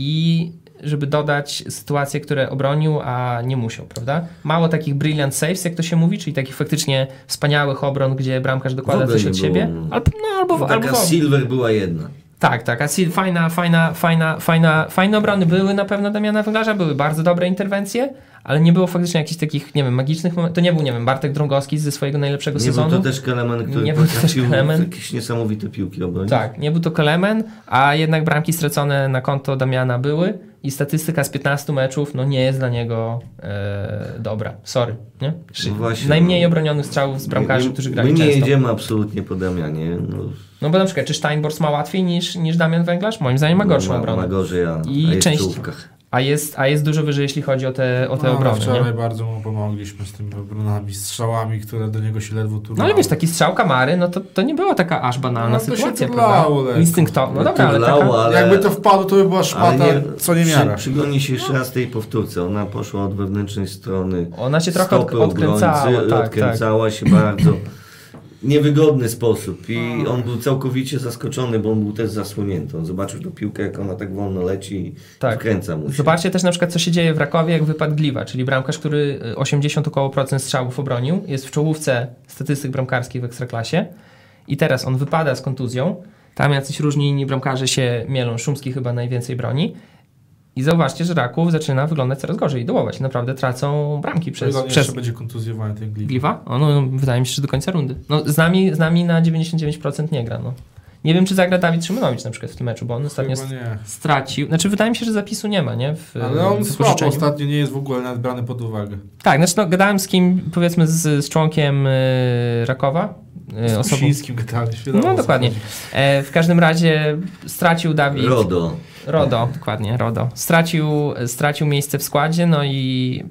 i żeby dodać sytuacje, które obronił, a nie musiał, prawda? Mało takich brilliant saves, jak to się mówi, czyli takich faktycznie wspaniałych obron, gdzie bramkarz dokłada coś od siebie. Albo, no, albo, no, albo taka Silver była jedna. Tak, tak, a fajna, fajna, fajna, fajna, fajne obrony były na pewno Damiana Węglarza, były bardzo dobre interwencje, ale nie było faktycznie jakichś takich, nie wiem, magicznych momentów. To nie był, nie wiem, Bartek Drągowski ze swojego najlepszego nie sezonu. Nie był to też Kelemen, który nie był to też Kelemen. Jakieś niesamowite piłki obronić. Tak, nie był to Kelemen, a jednak bramki stracone na konto Damiana były i statystyka z piętnastu meczów, no nie jest dla niego e, dobra. Sorry, nie? No właśnie, najmniej obronionych strzałów z bramkarzy, my, którzy grali my nie często. jedziemy absolutnie po Damianie. No, no bo na przykład, czy Steinborst ma łatwiej niż, niż Damian Węglarz? Moim zdaniem ma gorszą ma, obronę. Ma gorzej, a, I a jest część, w czołówkach. A jest, a jest dużo wyżej, jeśli chodzi o te, o te no, obrony. Wczoraj nie? bardzo mu pomogliśmy z tymi obronami, strzałami, które do niego się ledwo turlały. No ale wiesz, taki strzał Kamary, no to, to nie była taka aż banalna No, to się sytuacja, turlało prawda? lekko. Instynktowna. No dobra, ale Turlało, taka... ale- Jakby to wpadło, to by była szmata, Ale co nie miara. Przy, przyglądnij się jeszcze raz tej powtórce. Ona poszła od wewnętrznej strony. Ona się trochę stopy od, odkręcała. obrońcy, Tak, odkręcała tak. się bardzo niewygodny sposób i on był całkowicie zaskoczony, bo on był też zasłonięty. On zobaczył tą piłkę, jak ona tak wolno leci i Tak. wkręca mu się. Zobaczcie też na przykład, co się dzieje w Rakowie, jak wypadł Gliwa, czyli bramkarz, który osiemdziesiąt około procent strzałów obronił, jest w czołówce statystyk bramkarskich w Ekstraklasie i teraz on wypada z kontuzją, tam jacyś różni inni bramkarze się mielą, Szumski chyba najwięcej broni i zauważcie, że Raków zaczyna wyglądać coraz gorzej i dołować. Naprawdę tracą bramki przez... Przez... przez... jeszcze będzie kontuzjowany ten Gliwa. Gliwa? O, no, wydaje mi się, że do końca rundy. No, z, nami, z nami na dziewięćdziesiąt dziewięć procent nie gra. No. Nie wiem, czy zagra Dawid Szymanowicz na przykład w tym meczu, bo on ostatnio Chyba nie. stracił. Znaczy, wydaje mi się, że zapisu nie ma, nie? W, Ale on w słabo wypożyczeniu. ostatnio nie jest w ogóle nawet brany pod uwagę. Tak, znaczy no, gadałem z kim, powiedzmy z, z członkiem y, Rakowa. Y, Z osobą. Kusińskim gadałeś, wiadomo, No o co dokładnie. chodzi. E, w każdym razie stracił Dawid... Rodo. Rodo, dokładnie, Rodo. Stracił, stracił miejsce w składzie, no i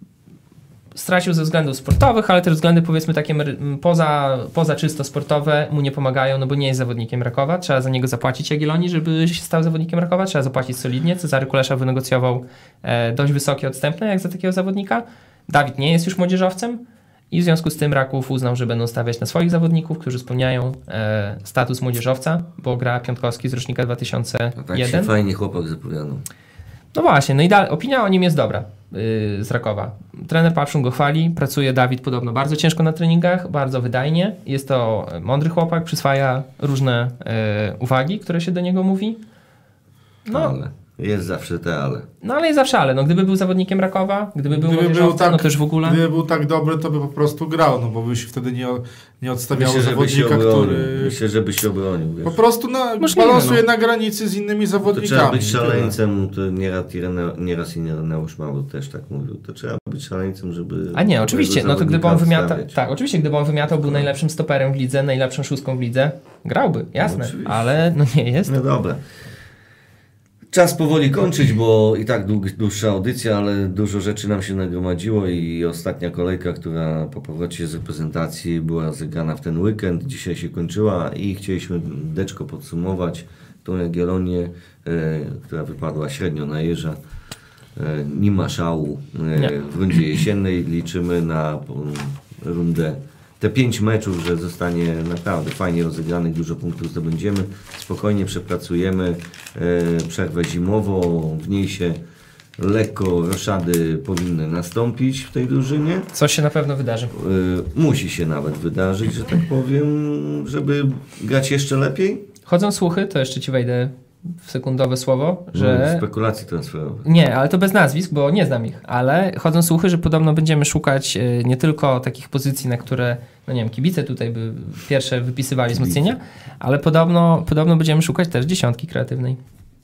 stracił ze względów sportowych, ale też względy powiedzmy takie mery- poza, poza czysto sportowe mu nie pomagają, no bo nie jest zawodnikiem Rakowa. Trzeba za niego zapłacić Jagiellonii, żeby się stał zawodnikiem Rakowa. Trzeba zapłacić solidnie. Cezary Kulesza wynegocjował e, dość wysokie odstępne jak za takiego zawodnika. Dawid nie jest już młodzieżowcem i w związku z tym Raków uznał, że będą stawiać na swoich zawodników, którzy spełniają e, status młodzieżowca, bo gra Piątkowski z rocznika dwa tysiące jeden. A tak się fajnie chłopak zapowiadał. No właśnie, no i dalej, opinia o nim jest dobra yy, z Rakowa. Trener Papszun go chwali, pracuje Dawid podobno bardzo ciężko na treningach, bardzo wydajnie. Jest to mądry chłopak, przyswaja różne yy, uwagi, które się do niego mówi. No, Ale jest zawsze te ale. no ale jest zawsze ale. No, gdyby był zawodnikiem Rakowa, gdyby był Gdyby był młodzieżowcem, tak, no też w ogóle... Gdyby był tak dobry, to by po prostu grał, no bo by się wtedy nie, nie odstawiało Myślę, żeby się zawodnika, obronił. który Myślę, żeby się obronił. Wiesz. po prostu na, Możliwe, balansuje no. na granicy z innymi To zawodnikami. trzeba być i tyle. szaleńcem, to nieraz, Irene- nieraz Ireneusz Mały też tak mówił. To trzeba być szaleńcem, żeby... A nie, oczywiście, no to gdyby on wymiatał, odstawiać. tak, oczywiście, gdyby on wymiatał, był najlepszym stoperem w lidze, najlepszą szóstką w lidze, grałby, jasne, oczywiście. ale no nie jest. No dobra. Czas powoli kończyć, bo i tak dług, dłuższa audycja, ale dużo rzeczy nam się nagromadziło i ostatnia kolejka, która po powrocie z reprezentacji była zegrana w ten weekend, dzisiaj się kończyła i chcieliśmy deczko podsumować tą Jagiellonię, e, która wypadła średnio na jeża. E, nie ma szału e, Nie. w rundzie jesiennej. Liczymy na um, rundę te pięć meczów, że zostanie naprawdę fajnie rozegranych, dużo punktów zdobędziemy, spokojnie przepracujemy e, przerwę zimową, w niej się lekko roszady powinny nastąpić w tej drużynie. Coś się na pewno wydarzy. E, musi się nawet wydarzyć, że tak powiem, żeby grać jeszcze lepiej. Chodzą słuchy, to jeszcze ci wejdę w sekundowe słowo, No, że... spekulacji transferowych. Nie, ale to bez nazwisk, bo nie znam ich, ale chodzą słuchy, że podobno będziemy szukać e, nie tylko takich pozycji, na które, no nie wiem, kibice tutaj by pierwsze wypisywali wzmocnienia, ale podobno, podobno będziemy szukać też dziesiątki kreatywnej.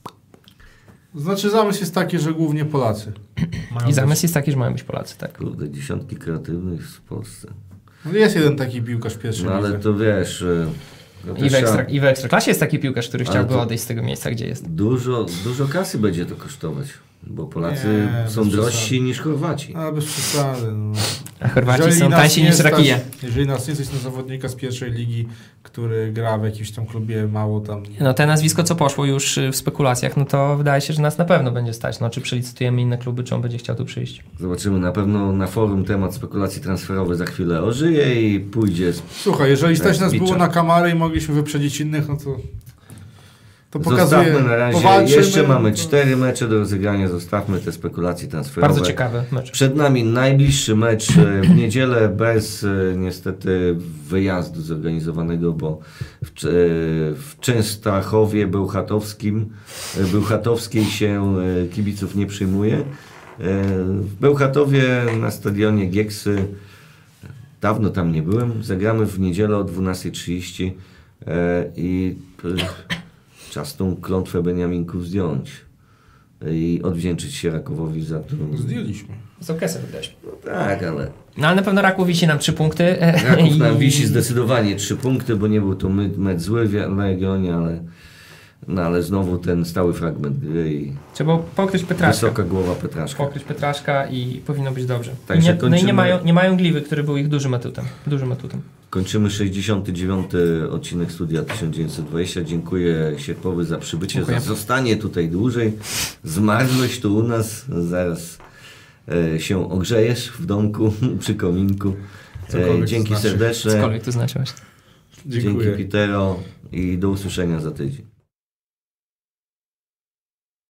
Znaczy zamysł jest taki, że głównie Polacy. mają I zamysł być. jest taki, że mają być Polacy, tak. Kurde, dziesiątki kreatywnych w Polsce. No jest jeden taki piłkarz w pierwszej No ale lidze. to wiesz... e, no to I w, trzeba- ekstra, I w Ekstraklasie jest taki piłkarz, który Ale chciałby to- odejść z tego miejsca, gdzie jest. Dużo, dużo kasy będzie to kosztować, bo Polacy Nie, są bez drożsi przesady. niż Chorwaci. A bez przesady. No. A Chorwaci Jeżeli są nas tańsi nie niż stać- rakije. Jeżeli nas nie stać na zawodnika z pierwszej ligi, który gra w jakimś tam klubie mało tam... No te nazwisko, co poszło już y, w spekulacjach, no to wydaje się, że nas na pewno będzie stać. No czy przelicytujemy inne kluby, czy on będzie chciał tu przyjść. Zobaczymy, na pewno na forum temat spekulacji transferowych za chwilę ożyje i pójdzie. z- Słuchaj, jeżeli stać nas Bicza. było na Kamarę i mogliśmy wyprzedzić innych, no to... To pokazuje... Zostawmy na razie, powalczymy, jeszcze mamy to- cztery mecze do rozegrania, zostawmy te spekulacje transferowe. Bardzo ciekawy mecz. Przed nami najbliższy mecz e, w niedzielę bez e, niestety wyjazdu zorganizowanego, bo w, Cze- w Częstochowie Bełchatowskim, e, Bełchatowskiej się e, kibiców nie przyjmuje. E, W Bełchatowie na stadionie Gieksy, dawno tam nie byłem, zagramy w niedzielę o dwunasta trzydzieści e, i e, czas tą klątwę Beniaminków zdjąć i odwdzięczyć się Rakowowi za to. Zdjęliśmy. Z okresem wygraliśmy. No tak, ale No ale na pewno Raków wisi nam trzy punkty. Raków I- nam wisi zdecydowanie trzy punkty, bo nie był to my- mecz zły w Legionie, ale, no, ale znowu ten stały fragment gry i Trzeba pokryć Petraszka. wysoka głowa Petraszka. Pokryć Petraszka i powinno być dobrze. Także I nie, no i kończymy- nie mają, nie mają Gliwy, który był ich dużym atutem. Dużym atutem. Kończymy sześćdziesiąty dziewiąty odcinek Studia tysiąc dziewięćset dwadzieścia. Dziękuję Sierpowy za przybycie, Dziękuję. za zostanie tutaj dłużej. Zmarzłeś tu u nas, zaraz e, się ogrzejesz w domku przy kominku. E, Cokolwiek to dzięki znaczy. serdeczne. Cokolwiek to znaczy właśnie. Dziękuję. Dzięki Pitero i do usłyszenia za tydzień.